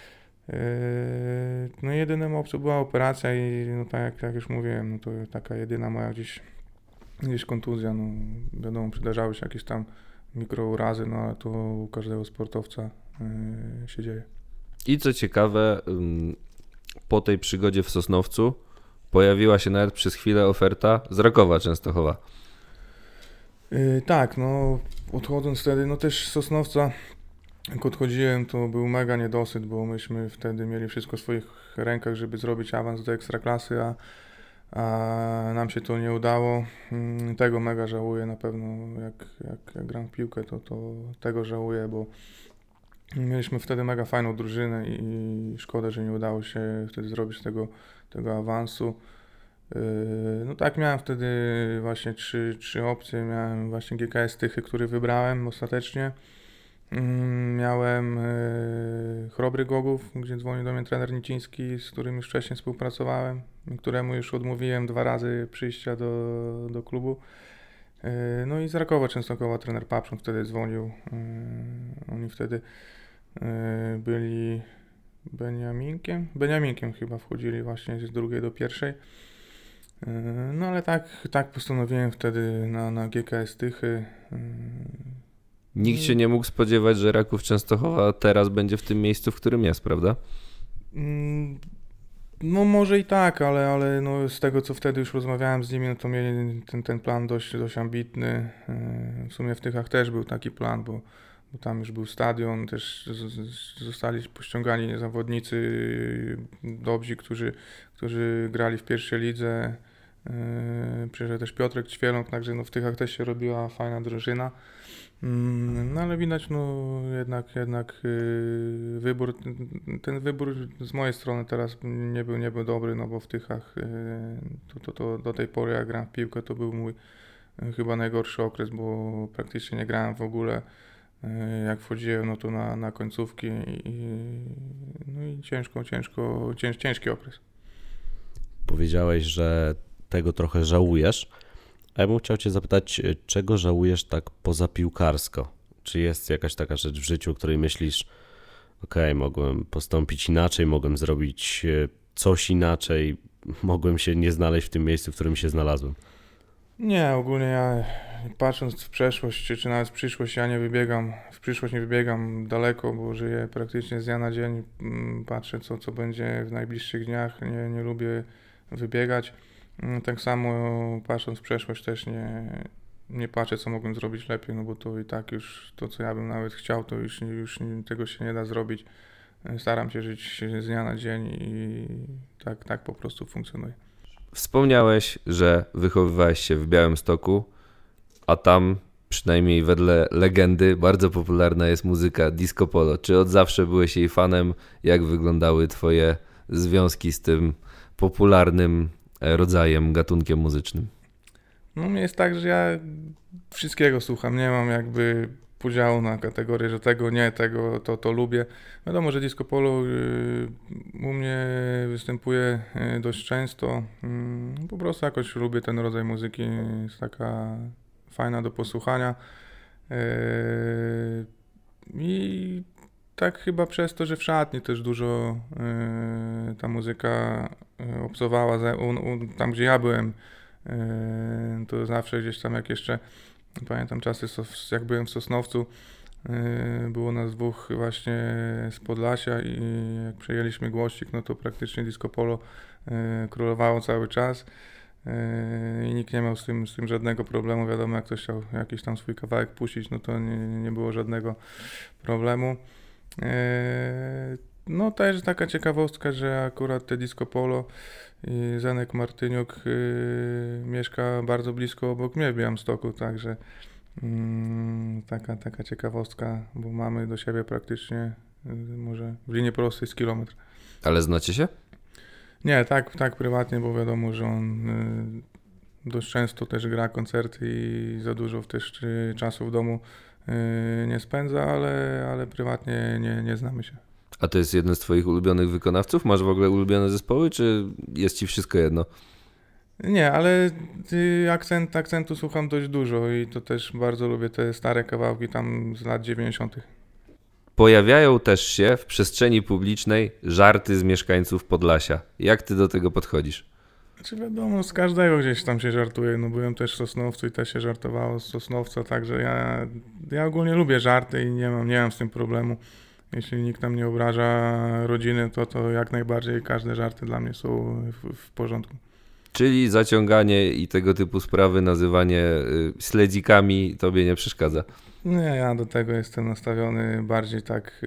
No jedyną opcją była operacja i no tak jak już mówiłem, no to taka jedyna moja gdzieś kontuzja, no wiadomo, przydarzały się jakieś tam mikrourazy, no ale to u każdego sportowca się dzieje. I co ciekawe, po tej przygodzie w Sosnowcu pojawiła się nawet przez chwilę oferta z Rakowa Częstochowa. Tak, no odchodząc wtedy, no też z Sosnowca, jak odchodziłem, to był mega niedosyt, bo myśmy wtedy mieli wszystko w swoich rękach, żeby zrobić awans do Ekstraklasy, a nam się to nie udało. Tego mega żałuję na pewno, jak gram w piłkę, to tego żałuję, bo mieliśmy wtedy mega fajną drużynę i szkoda, że nie udało się wtedy zrobić tego awansu. No tak, miałem wtedy właśnie trzy opcje. Miałem właśnie GKS Tychy, który wybrałem ostatecznie. Miałem Chrobry Głogów, gdzie dzwonił do mnie trener Niciński, z którym już wcześniej współpracowałem, któremu już odmówiłem 2 razy przyjścia do klubu. No i z Rakowa Częstochowa trener Papszun wtedy dzwonił. Oni wtedy byli Beniaminkiem chyba wchodzili właśnie z 2. do 1. No ale tak postanowiłem wtedy na GKS Tychy. Nikt się nie mógł spodziewać, że Raków Częstochowa teraz będzie w tym miejscu, w którym jest, prawda? No może i tak, ale no z tego co wtedy już rozmawiałem z nimi, no to mieli ten plan dość ambitny. W sumie w Tychach też był taki plan, bo tam już był stadion, też zostali pościągani zawodnicy dobrzy, którzy grali w pierwszej lidze. Przyszedł też Piotrek Ćwieląg, także no w Tychach też się robiła fajna drużyna. No ale widać, no jednak ten wybór z mojej strony teraz nie był dobry, no bo w Tychach to do tej pory jak grałem w piłkę, to był mój chyba najgorszy okres, bo praktycznie nie grałem w ogóle. Jak wchodziłem, no to na końcówki no i ciężki okres. Powiedziałeś, że tego trochę żałujesz, a ja bym chciał cię zapytać, czego żałujesz tak pozapiłkarsko? Czy jest jakaś taka rzecz w życiu, o której myślisz, mogłem postąpić inaczej, mogłem zrobić coś inaczej, mogłem się nie znaleźć w tym miejscu, w którym się znalazłem? Nie, ogólnie ja patrząc w przeszłość, czy nawet w przyszłość, w przyszłość nie wybiegam daleko, bo żyję praktycznie z dnia na dzień, patrzę co będzie w najbliższych dniach, nie lubię wybiegać. Tak samo patrząc w przeszłość też nie patrzę, co mogłem zrobić lepiej, no bo to i tak już to, co ja bym nawet chciał, to już tego się nie da zrobić. Staram się żyć z dnia na dzień i tak po prostu funkcjonuje. Wspomniałeś, że wychowywałeś się w Białymstoku, a tam, przynajmniej wedle legendy, bardzo popularna jest muzyka disco polo. Czy od zawsze byłeś jej fanem? Jak wyglądały twoje związki z tym popularnym rodzajem, gatunkiem muzycznym? No mnie jest tak, że ja wszystkiego słucham, nie mam jakby podziału na kategorię, że tego nie, tego to lubię. Wiadomo, że disco polo u mnie występuje dość często. Po prostu jakoś lubię ten rodzaj muzyki, jest taka fajna do posłuchania. I tak chyba przez to, że w szatni też dużo ta muzyka obcowała, tam gdzie ja byłem, to zawsze gdzieś tam jak jeszcze pamiętam czasy, jak byłem w Sosnowcu, było nas dwóch właśnie z Podlasia i jak przejęliśmy głośnik, no to praktycznie disco polo królowało cały czas i nikt nie miał z tym żadnego problemu. Wiadomo, jak ktoś chciał jakiś tam swój kawałek puścić, no to nie było żadnego problemu. No też taka ciekawostka, że akurat te disco polo i Zenek Martyniuk mieszka bardzo blisko obok mnie w Białymstoku, także taka ciekawostka, bo mamy do siebie praktycznie może w linii prostej z kilometr. Ale znacie się? Nie, tak prywatnie, bo wiadomo, że on dość często też gra koncerty i za dużo też czasu w domu nie spędza, ale prywatnie nie znamy się. A to jest jeden z twoich ulubionych wykonawców? Masz w ogóle ulubione zespoły, czy jest ci wszystko jedno? Nie, ale akcentu słucham dość dużo i to też bardzo lubię te stare kawałki tam z lat 90. Pojawiają też się w przestrzeni publicznej żarty z mieszkańców Podlasia. Jak ty do tego podchodzisz? Znaczy wiadomo, z każdego gdzieś tam się żartuje, no byłem też w Sosnowcu i też się żartowało z Sosnowca, także ja ogólnie lubię żarty i nie mam z tym problemu. Jeśli nikt tam nie obraża rodziny, to jak najbardziej każde żarty dla mnie są w porządku. Czyli zaciąganie i tego typu sprawy, nazywanie śledzikami tobie nie przeszkadza? Nie, ja do tego jestem nastawiony bardziej tak,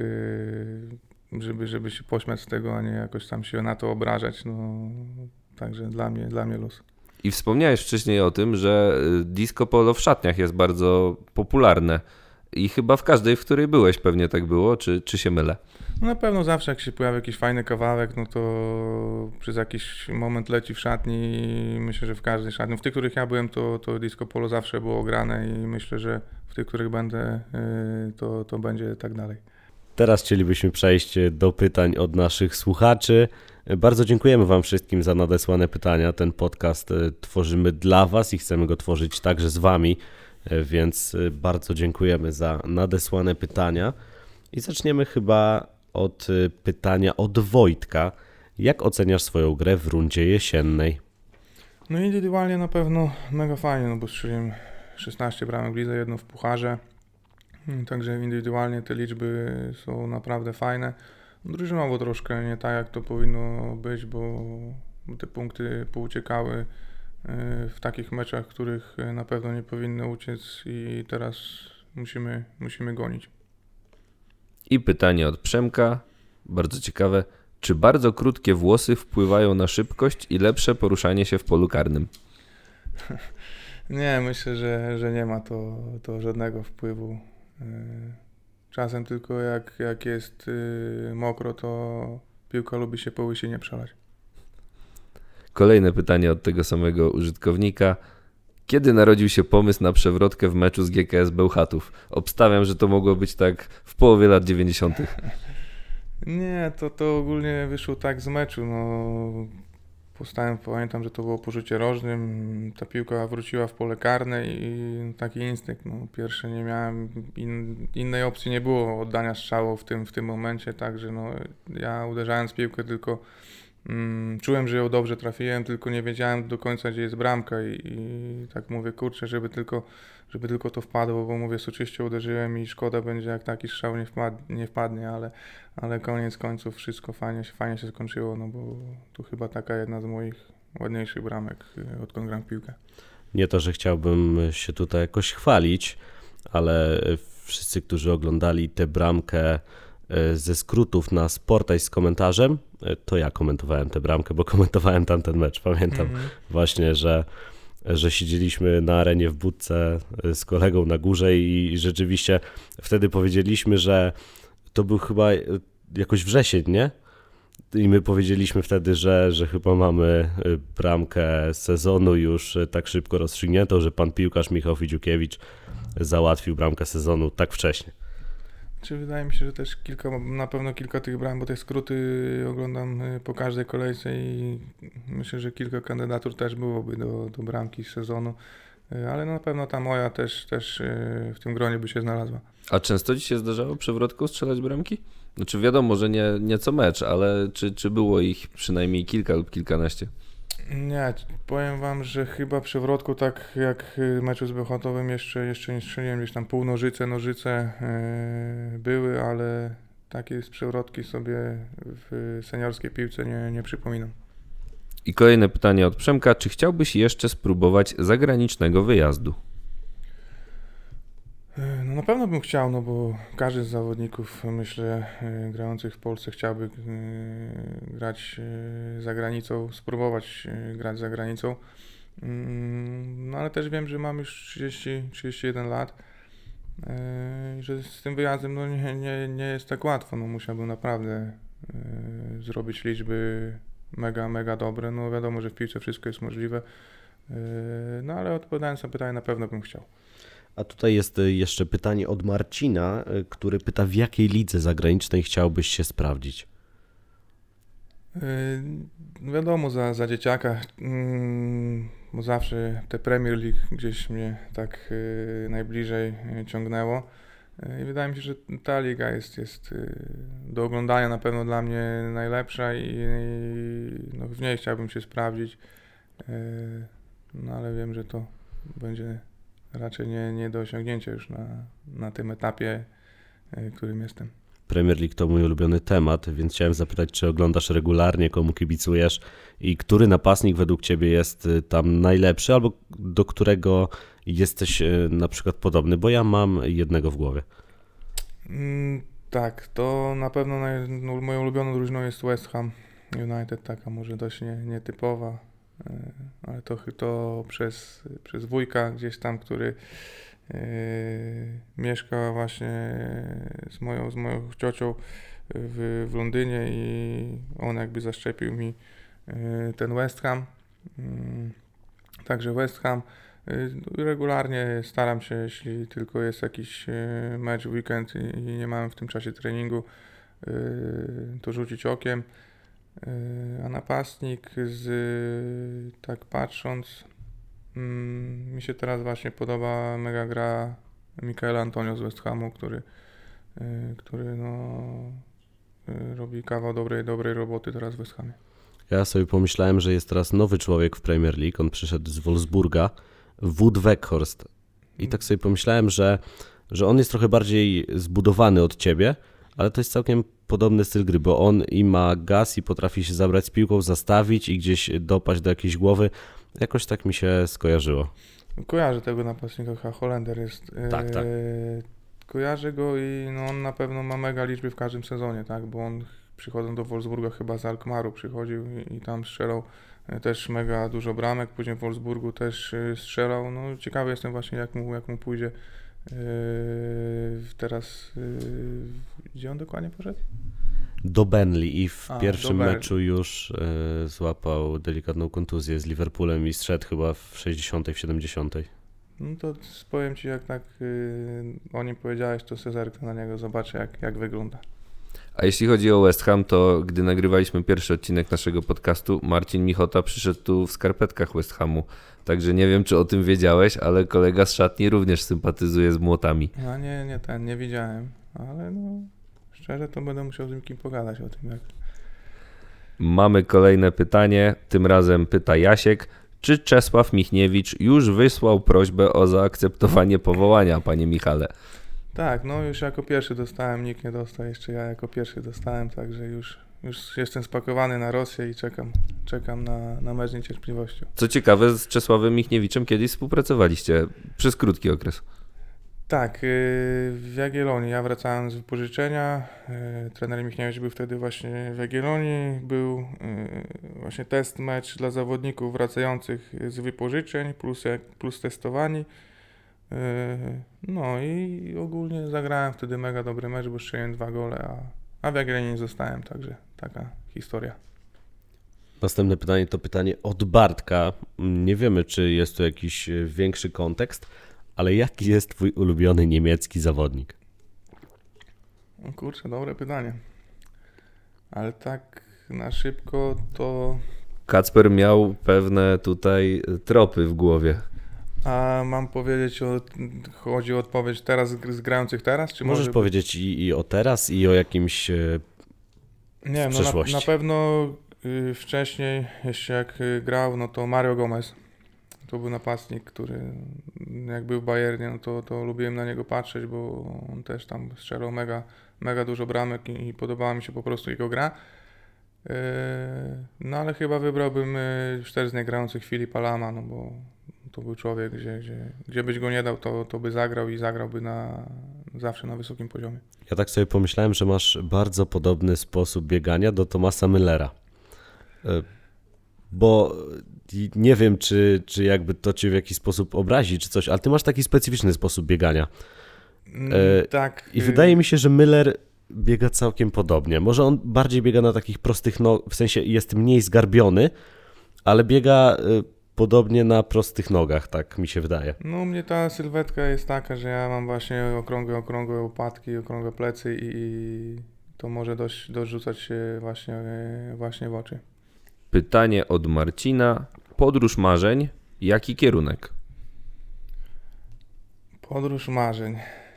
żeby się pośmiać z tego, a nie jakoś tam się na to obrażać. No, także dla mnie luz. I wspomniałeś wcześniej o tym, że disco polo w szatniach jest bardzo popularne. I chyba w każdej, w której byłeś, pewnie tak było, czy się mylę? No na pewno zawsze jak się pojawia jakiś fajny kawałek, no to przez jakiś moment leci w szatni i myślę, że w każdej szatni. W tych, których ja byłem, to disco polo zawsze było grane i myślę, że w tych, których będę, to będzie tak dalej. Teraz chcielibyśmy przejść do pytań od naszych słuchaczy. Bardzo dziękujemy Wam wszystkim za nadesłane pytania. Ten podcast tworzymy dla Was i chcemy go tworzyć także z Wami, więc bardzo dziękujemy za nadesłane pytania. I zaczniemy chyba od pytania od Wojtka. Jak oceniasz swoją grę w rundzie jesiennej? No indywidualnie na pewno mega fajnie, no bo strzeliłem 16 bramek w lidze, jedno w pucharze. Także indywidualnie te liczby są naprawdę fajne. Drużynowo troszkę nie tak jak to powinno być, bo te punkty pouciekały w takich meczach, których na pewno nie powinny uciec i teraz musimy gonić. I pytanie od Przemka, bardzo ciekawe. Czy bardzo krótkie włosy wpływają na szybkość i lepsze poruszanie się w polu karnym? Nie, myślę, że nie ma to żadnego wpływu. Czasem tylko jak jest mokro, to piłka lubi się po łysinie przelać. Kolejne pytanie od tego samego użytkownika. Kiedy narodził się pomysł na przewrotkę w meczu z GKS Bełchatów? Obstawiam, że to mogło być tak w połowie lat 90. Nie, to ogólnie wyszło tak z meczu. Pamiętam, że to było po rzucie rożnym, ta piłka wróciła w pole karne i taki instynkt. Pierwsze nie miałem, innej opcji nie było oddania strzału w tym momencie, także ja uderzając w piłkę tylko czułem, że ją dobrze trafiłem, tylko nie wiedziałem do końca, gdzie jest bramka i tak mówię, kurczę, żeby tylko to wpadło, bo mówię, soczyście uderzyłem i szkoda będzie, jak taki strzał nie wpadnie, ale koniec końców wszystko fajnie się skończyło, bo to chyba taka jedna z moich ładniejszych bramek, odkąd gram w piłkę. Nie to, że chciałbym się tutaj jakoś chwalić, ale wszyscy, którzy oglądali tę bramkę ze skrótów na Sportaj z komentarzem, to ja komentowałem tę bramkę, bo komentowałem tamten mecz. Pamiętam właśnie, że siedzieliśmy na arenie w budce z kolegą na górze i rzeczywiście wtedy powiedzieliśmy, że to był chyba jakoś wrzesień, nie? I my powiedzieliśmy wtedy, że chyba mamy bramkę sezonu już tak szybko rozstrzygniętą, że pan piłkarz Michał Fidziukiewicz załatwił bramkę sezonu tak wcześnie. Wydaje mi się, że też na pewno kilka tych bram, bo te skróty oglądam po każdej kolejce i myślę, że kilka kandydatur też byłoby do bramki z sezonu, ale na pewno ta moja też w tym gronie by się znalazła. A często ci się zdarzało przewrotką strzelać bramki? Znaczy wiadomo, że nie co mecz, ale czy było ich przynajmniej kilka lub kilkanaście? Nie, powiem wam, że chyba przewrotką tak jak w meczu z Bełchatowem jeszcze nie strzeliłem, gdzieś tam półnożyce, nożyce były, ale takie z przewrotki sobie w seniorskiej piłce nie przypominam. I kolejne pytanie od Przemka, czy chciałbyś jeszcze spróbować zagranicznego wyjazdu? Na pewno bym chciał, bo każdy z zawodników, myślę, grających w Polsce chciałby grać za granicą, spróbować grać za granicą. Ale też wiem, że mam już 31 lat i że z tym wyjazdem nie jest tak łatwo. Musiałbym naprawdę zrobić liczby mega dobre. Wiadomo, że w piłce wszystko jest możliwe, ale odpowiadając na pytanie, na pewno bym chciał. A tutaj jest jeszcze pytanie od Marcina, który pyta, w jakiej lidze zagranicznej chciałbyś się sprawdzić? Wiadomo, za dzieciaka, bo zawsze te Premier League gdzieś mnie tak najbliżej ciągnęło. I wydaje mi się, że ta liga jest do oglądania na pewno dla mnie najlepsza i w niej chciałbym się sprawdzić. Ale wiem, że to będzie raczej nie do osiągnięcia już na tym etapie, którym jestem. Premier League to mój ulubiony temat, więc chciałem zapytać, czy oglądasz regularnie, komu kibicujesz i który napastnik według Ciebie jest tam najlepszy, albo do którego jesteś na przykład podobny, bo ja mam jednego w głowie. Tak, to na pewno moją ulubioną drużyną jest West Ham United, taka może dość nietypowa, ale to przez wujka gdzieś tam, który mieszka właśnie z moją ciocią w Londynie i on jakby zaszczepił mi ten West Ham. Także West Ham regularnie staram się, jeśli tylko jest jakiś mecz w weekend i nie mam w tym czasie treningu, to rzucić okiem. A napastnik tak patrząc, mi się teraz właśnie podoba mega gra Michaela Antonio z West Hamu, który robi kawał dobrej roboty teraz w West Hamie. Ja sobie pomyślałem, że jest teraz nowy człowiek w Premier League, on przyszedł z Wolfsburga, Wout Weghorst. I tak sobie pomyślałem, że on jest trochę bardziej zbudowany od ciebie, ale to jest całkiem podobny styl gry, bo on i ma gaz i potrafi się zabrać z piłką, zastawić i gdzieś dopaść do jakiejś głowy. Jakoś tak mi się skojarzyło. Kojarzę tego napastnika, Holender jest. Tak. kojarzę go i no on na pewno ma mega liczby w każdym sezonie, tak, bo on przychodząc do Wolfsburga chyba z Alkmaru przychodził i tam strzelał też mega dużo bramek, później w Wolfsburgu też strzelał, no ciekawy jestem właśnie jak mu pójdzie teraz, gdzie on dokładnie poszedł? Do Burnley i w pierwszym do meczu już złapał delikatną kontuzję z Liverpoolem i zszedł chyba w 60, w 70. No to powiem Ci, jak tak o nim powiedziałeś, to se zerknę na niego, zobaczę jak wygląda. A jeśli chodzi o West Ham, to gdy nagrywaliśmy pierwszy odcinek naszego podcastu, Marcin Michota przyszedł tu w skarpetkach West Hamu. Także nie wiem, czy o tym wiedziałeś, ale kolega z szatni również sympatyzuje z młotami. No nie widziałem, ale no szczerze to będę musiał z kim pogadać o tym. Jak... Mamy kolejne pytanie, tym razem pyta Jasiek. Czy Czesław Michniewicz już wysłał prośbę o zaakceptowanie powołania, panie Michale? Tak, no już jako pierwszy dostałem, nikt nie dostał, jeszcze ja jako pierwszy dostałem, także już jestem spakowany na Rosję i czekam na mecz z niecierpliwością. Co ciekawe, z Czesławem Michniewiczem kiedyś współpracowaliście przez krótki okres. Tak, w Jagiellonii. Ja wracałem z wypożyczenia. Trener Michniewicz był wtedy właśnie w Jagiellonii. Był właśnie test mecz dla zawodników wracających z wypożyczeń plus testowani. No i ogólnie zagrałem wtedy mega dobry mecz, bo strzeliłem 2 gole, a w Jagiellonii nie zostałem, także taka historia. Następne pytanie to pytanie od Bartka. Nie wiemy, czy jest to jakiś większy kontekst, ale jaki jest twój ulubiony niemiecki zawodnik? O kurczę, dobre pytanie. Ale tak na szybko to... Kacper miał pewne tutaj tropy w głowie. A mam powiedzieć chodzi o odpowiedź teraz z grających teraz? Czy Możesz powiedzieć i o teraz, i o jakimś nie wiem, przeszłości. Na pewno wcześniej, jeszcze jak grał, no to Mario Gomez. To był napastnik, który jak był w Bayernie, no to lubiłem na niego patrzeć, bo on też tam strzelał mega dużo bramek i podobała mi się po prostu jego gra. No ale chyba wybrałbym już też z niegrających Filipa Lama, no bo to był człowiek, gdzie byś go nie dał, to by zagrał i zagrałby zawsze na wysokim poziomie. Ja tak sobie pomyślałem, że masz bardzo podobny sposób biegania do Thomasa Müllera. Bo nie wiem, czy jakby to cię w jakiś sposób obrazi, czy coś, ale ty masz taki specyficzny sposób biegania. Tak. I wydaje mi się, że Müller biega całkiem podobnie. Może on bardziej biega na takich prostych nogach, w sensie jest mniej zgarbiony, ale biega podobnie na prostych nogach, tak mi się wydaje. No u mnie ta sylwetka jest taka, że ja mam właśnie okrągłe łopatki, okrągłe plecy i to może dorzucać się właśnie w oczy. Pytanie od Marcina. Podróż marzeń. Jaki kierunek? Podróż marzeń.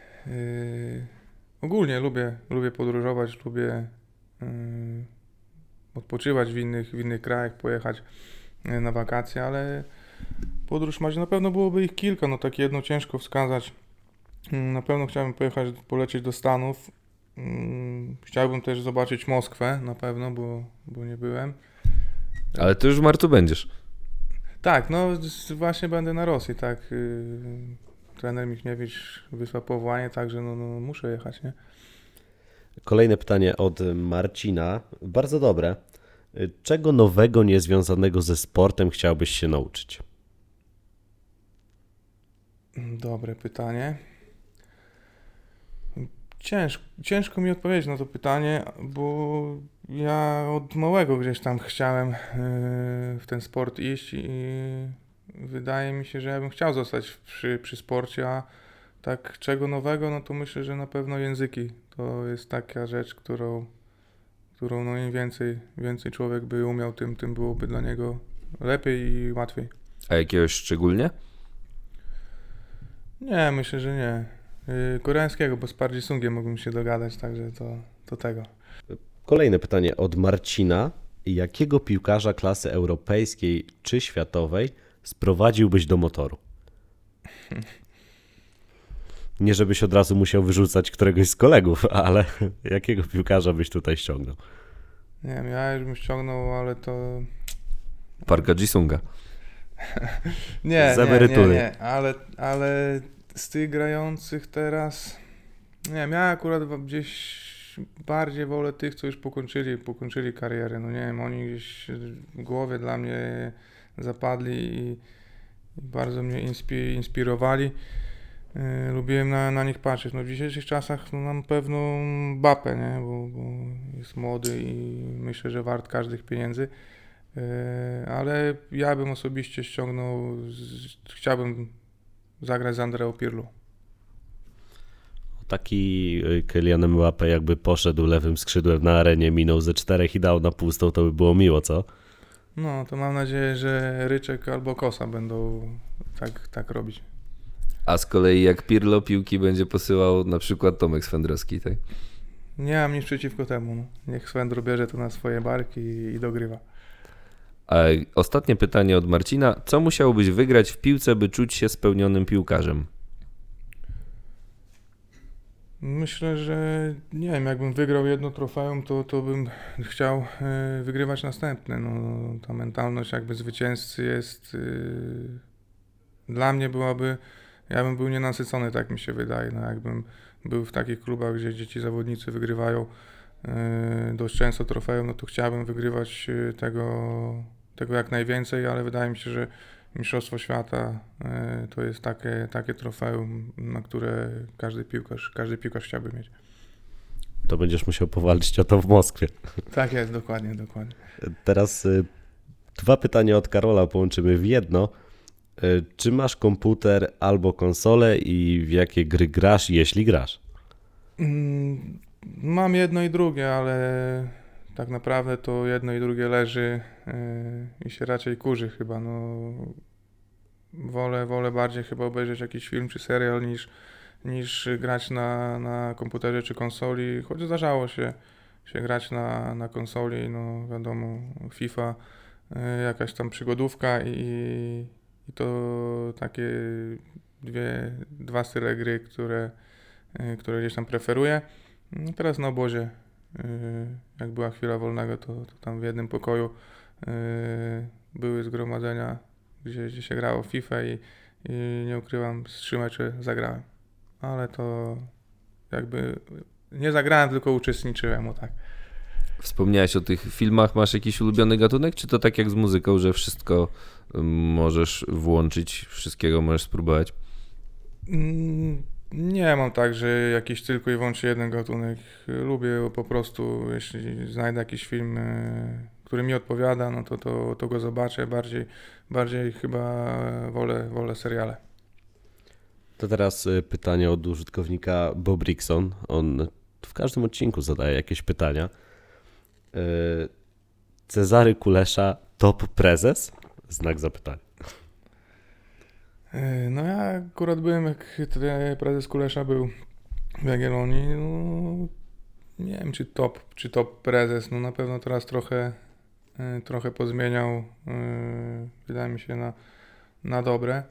Ogólnie lubię podróżować, lubię odpoczywać w innych krajach, pojechać na wakacje, ale podróż marzeń na pewno byłoby ich kilka, no tak jedno ciężko wskazać. Na pewno chciałbym polecieć do Stanów. Chciałbym też zobaczyć Moskwę na pewno, bo nie byłem. Ale ty już w marcu będziesz. Tak, no właśnie będę na Rosji, tak. Trener Michniewicz wysłał powołanie, także no muszę jechać, nie? Kolejne pytanie od Marcina, bardzo dobre. Czego nowego niezwiązanego ze sportem chciałbyś się nauczyć? Dobre pytanie. Ciężko mi odpowiedzieć na to pytanie, bo ja od małego gdzieś tam chciałem w ten sport iść i wydaje mi się, że ja bym chciał zostać przy sporcie, a tak czego nowego, no to myślę, że na pewno języki. To jest taka rzecz, którą no im więcej człowiek by umiał, tym byłoby dla niego lepiej i łatwiej. A jakiegoś szczególnie? Nie, myślę, że nie. Koreańskiego, bo z Parjisungiem mógłbym się dogadać, także to tego. Kolejne pytanie od Marcina. Jakiego piłkarza klasy europejskiej czy światowej sprowadziłbyś do motoru? Nie żebyś od razu musiał wyrzucać któregoś z kolegów, ale jakiego piłkarza byś tutaj ściągnął? Nie wiem, ja już bym ściągnął, ale to... Parka Ji-sunga. Nie, z emerytury. nie, ale z tych grających teraz Nie wiem, ja akurat gdzieś bardziej wolę tych, co już pokończyli karierę. No nie wiem, oni gdzieś w głowie dla mnie zapadli i bardzo mnie inspirowali. Lubiłem na nich patrzeć. No w dzisiejszych czasach no, mam pewną Mbappé, nie? Bo jest młody i myślę, że wart każdych pieniędzy. Ale ja bym osobiście chciałbym zagrać z Andreą Pirlo. Taki Kylian Mbappé jakby poszedł lewym skrzydłem na arenie, minął ze 4 i dał na pustą, to by było miło, co? No, to mam nadzieję, że Ryczek albo Kosa będą tak robić. A z kolei jak Pirlo piłki będzie posyłał na przykład Tomek Swędrowski, tak? Nie mam nic przeciwko temu. No. Niech Swędro bierze to na swoje barki i dogrywa. A ostatnie pytanie od Marcina. Co musiałbyś wygrać w piłce, by czuć się spełnionym piłkarzem? Myślę, że nie wiem, jakbym wygrał jedno trofeum, to bym chciał wygrywać następne. No, ta mentalność jakby zwycięzcy jest dla mnie ja bym był nienasycony, tak mi się wydaje. No, jakbym był w takich klubach, gdzie dzieci zawodnicy wygrywają dość często trofeum, no to chciałbym wygrywać tego jak najwięcej, ale wydaje mi się, że Mistrzostwo Świata to jest takie trofeum, na które każdy piłkarz chciałby mieć. To będziesz musiał powalczyć o to w Moskwie. Tak jest, dokładnie. Teraz 2 pytania od Karola połączymy w jedno. Czy masz komputer albo konsolę i w jakie gry grasz, jeśli grasz? Mam jedno i drugie, ale tak naprawdę to jedno i drugie leży i się raczej kurzy chyba. No, wolę bardziej chyba obejrzeć jakiś film czy serial niż grać na komputerze czy konsoli, choć zdarzało się grać na konsoli, no wiadomo, FIFA, jakaś tam przygodówka i to takie dwa style gry, które gdzieś tam preferuję. No teraz na obozie, jak była chwila wolnego, to tam w jednym pokoju były zgromadzenia, gdzie się grało w FIFA i nie ukrywam, z 3 mecze zagrałem. Ale to jakby nie zagrałem, tylko uczestniczyłem, o tak. Wspomniałeś o tych filmach, masz jakiś ulubiony gatunek, czy to tak jak z muzyką, że wszystko możesz włączyć, wszystkiego możesz spróbować? Nie mam tak, że jakiś tylko i wyłącznie jeden gatunek. Lubię po prostu, jeśli znajdę jakiś film, który mi odpowiada, no to go zobaczę. Bardziej chyba wolę seriale. To teraz pytanie od użytkownika Bob Rickson. On w każdym odcinku zadaje jakieś pytania. Cezary Kulesza, top prezes? Znak zapytania. No ja akurat byłem, jak prezes Kulesza był w Jagiellonii, no nie wiem czy top prezes, no na pewno teraz trochę pozmieniał, wydaje mi się na dobre.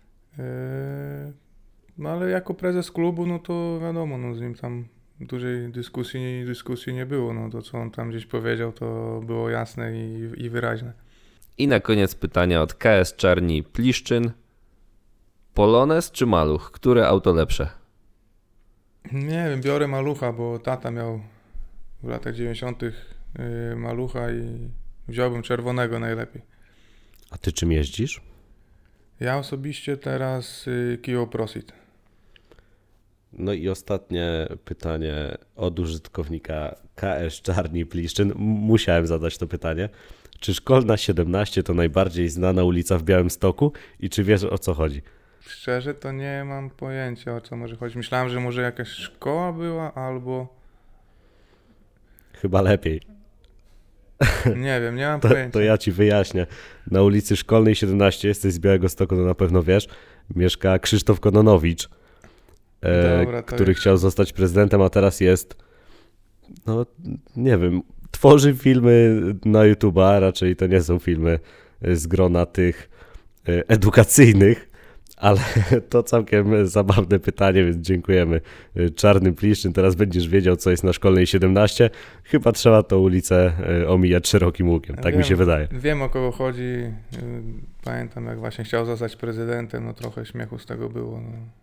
No ale jako prezes klubu, no to wiadomo, no z nim tam dużej dyskusji nie było, no to co on tam gdzieś powiedział, to było jasne i wyraźne. I na koniec pytania od KS Czarni Pliszczyn. Polonez czy Maluch? Które auto lepsze? Nie wiem, biorę Malucha, bo tata miał w latach 90. Malucha i wziąłbym czerwonego najlepiej. A ty czym jeździsz? Ja osobiście teraz Kia Proceed. No i ostatnie pytanie od użytkownika KS Czarni Pliszczyn. Musiałem zadać to pytanie. Czy Szkolna 17 to najbardziej znana ulica w Białymstoku i czy wiesz, o co chodzi? Szczerze to nie mam pojęcia, o co może chodzić. Myślałem, że może jakaś szkoła była albo... Chyba lepiej. Nie wiem, nie mam pojęcia. To ja ci wyjaśnię. Na ulicy Szkolnej 17, jesteś z Białegostoku, to na pewno wiesz, mieszka Krzysztof Kononowicz, który chciał zostać prezydentem, a teraz jest, no nie wiem, tworzy filmy na YouTube'a, raczej to nie są filmy z grona tych edukacyjnych, ale to całkiem zabawne pytanie, więc dziękujemy. Czarny Pliszczyn, teraz będziesz wiedział, co jest na Szkolnej 17. Chyba trzeba tą ulicę omijać szerokim łukiem, tak mi się wydaje. Wiem, o kogo chodzi. Pamiętam, jak właśnie chciał zostać prezydentem, no trochę śmiechu z tego było. No.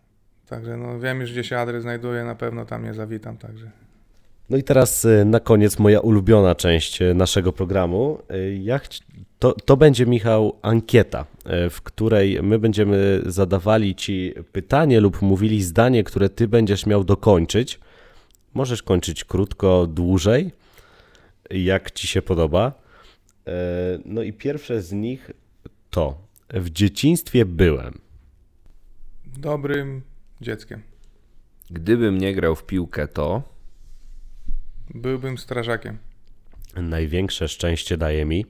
Także no wiem już, gdzie się adres znajduje, na pewno tam nie zawitam, także. No i teraz na koniec moja ulubiona część naszego programu. To będzie, Michał, ankieta, w której my będziemy zadawali Ci pytanie lub mówili zdanie, które Ty będziesz miał dokończyć. Możesz kończyć krótko, dłużej, jak Ci się podoba. No i pierwsze z nich to: w dzieciństwie byłem Dobrym dzieckiem. Gdybym nie grał w piłkę, to Byłbym strażakiem. największe szczęście daje mi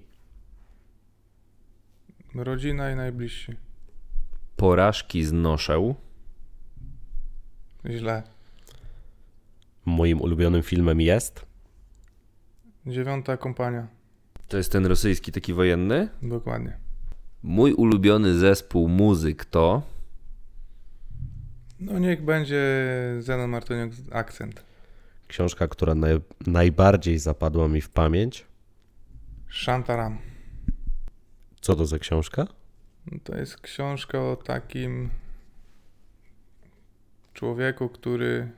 Rodzina i najbliżsi. porażki znoszę. Źle. moim ulubionym filmem jest 9. kompania. To jest ten rosyjski taki wojenny? Dokładnie. Mój ulubiony zespół muzyk to No niech będzie Zenon Martyniuk Akcent. książka, która najbardziej zapadła mi w pamięć. Shantaram. Co to za książka? To jest książka o takim człowieku, który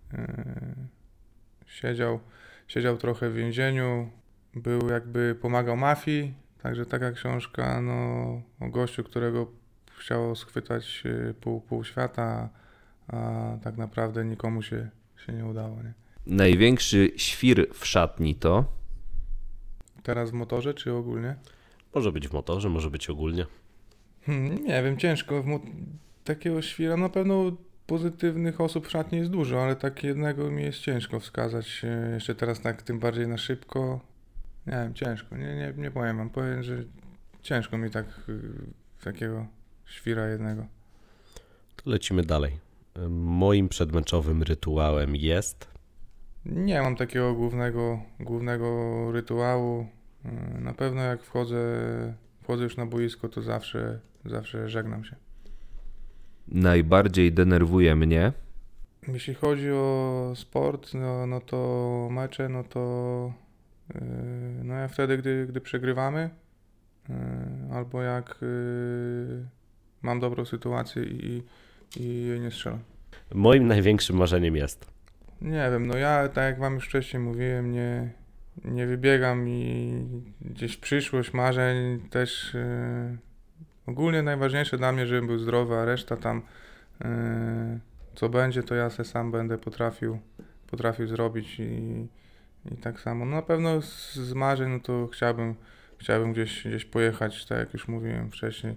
siedział trochę w więzieniu, pomagał mafii, także taka książka no, o gościu, którego chciało schwytać pół świata, a tak naprawdę nikomu się nie udało. Nie? największy świr w szatni to Teraz w motorze czy ogólnie? Może być w motorze, może być ogólnie. Nie wiem, ciężko. Takiego świra na pewno pozytywnych osób w szatni jest dużo, ale tak jednego mi jest ciężko wskazać. Jeszcze teraz tak tym bardziej na szybko. Nie wiem, ciężko. Nie powiem wam. Powiem, że ciężko mi tak takiego świra jednego. To lecimy dalej. Moim przedmeczowym rytuałem jest Nie mam takiego głównego rytuału. Na pewno jak wchodzę już na boisko, to zawsze żegnam się. najbardziej denerwuje mnie. Jeśli chodzi o sport, no to mecze, no to no ja wtedy, gdy przegrywamy, albo jak mam dobrą sytuację i jej nie strzelam. moim największym marzeniem jest Nie wiem, no ja tak jak wam już wcześniej mówiłem, nie wybiegam i gdzieś przyszłość marzeń też ogólnie najważniejsze dla mnie, żebym był zdrowy, a reszta tam co będzie, to ja se sam będę potrafił zrobić i tak samo. No na pewno z marzeń, no to chciałbym gdzieś pojechać, tak jak już mówiłem wcześniej,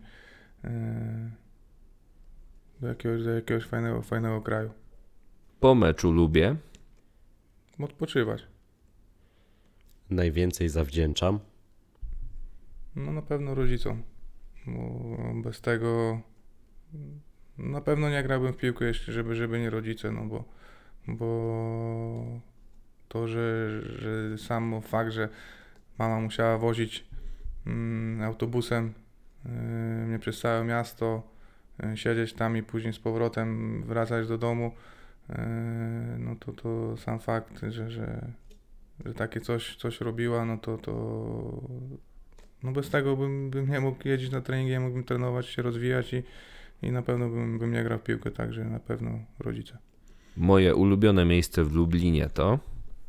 do jakiegoś fajnego kraju. Po meczu lubię. Odpoczywać. najwięcej zawdzięczam No na pewno rodzicom, bo bez tego na pewno nie grałbym w piłkę, żeby nie rodzice, no bo to, że sam fakt, że mama musiała wozić autobusem mnie przez całe miasto, siedzieć tam i później z powrotem wracać do domu, no to sam fakt, że takie coś robiła, no to no bez tego bym nie mógł jeździć na treningi, nie mógłbym trenować, się rozwijać i na pewno bym nie grał w piłkę, także na pewno rodzice. Moje ulubione miejsce w Lublinie to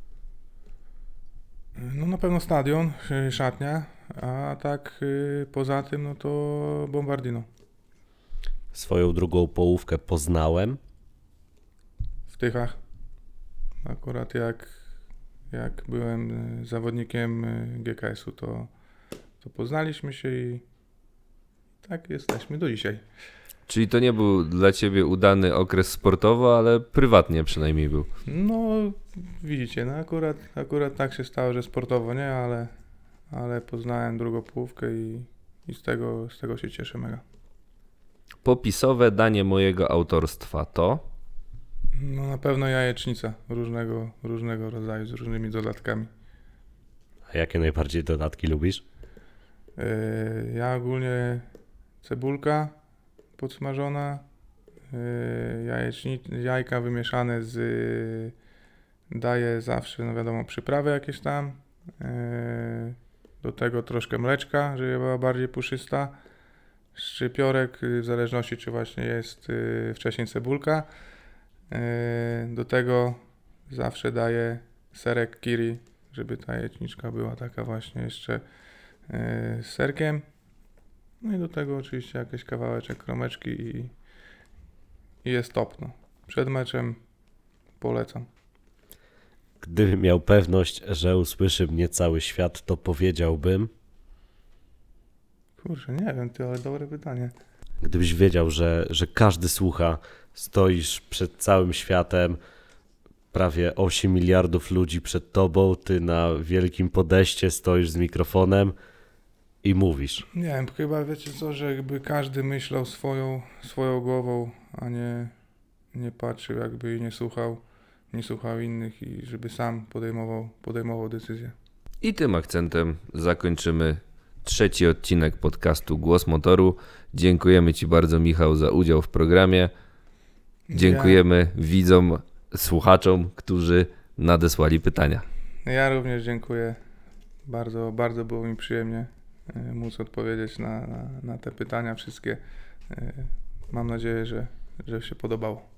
No na pewno stadion, szatnia, a tak poza tym no to Bombardino. swoją drugą połówkę poznałem W Tychach. Akurat jak byłem zawodnikiem GKS-u, to poznaliśmy się i tak jesteśmy do dzisiaj. Czyli to nie był dla ciebie udany okres sportowo, ale prywatnie przynajmniej był. No widzicie, no akurat tak się stało, że sportowo nie, ale poznałem drugą połówkę i z tego się cieszę mega. Popisowe danie mojego autorstwa to No na pewno jajecznica różnego rodzaju, z różnymi dodatkami. A jakie najbardziej dodatki lubisz? Ja ogólnie cebulka podsmażona, jajka wymieszane daję zawsze, no wiadomo, przyprawy jakieś tam. Do tego troszkę mleczka, żeby była bardziej puszysta. szczypiorek, w zależności czy właśnie jest wcześniej cebulka. Do tego zawsze daję serek kiri, żeby ta jajeczniczka była taka właśnie jeszcze z serkiem. No i do tego oczywiście jakiś kawałeczek kromeczki i jest top. No. Przed meczem polecam. Gdybym miał pewność, że usłyszy mnie cały świat, to powiedziałbym... Kurczę, nie wiem, ale dobre pytanie. Gdybyś wiedział, że każdy słucha, stoisz przed całym światem, prawie 8 miliardów ludzi przed tobą, ty na wielkim podejście stoisz z mikrofonem i mówisz. Nie wiem, chyba wiecie co, że jakby każdy myślał swoją głową, a nie patrzył jakby i nie słuchał innych i żeby sam podejmował decyzję. I tym akcentem zakończymy 3. odcinek podcastu Głos Motoru. Dziękujemy Ci bardzo, Michał, za udział w programie. Dziękujemy widzom, słuchaczom, którzy nadesłali pytania. Ja również dziękuję. Bardzo, bardzo było mi przyjemnie móc odpowiedzieć na te pytania wszystkie. Mam nadzieję, że się podobało.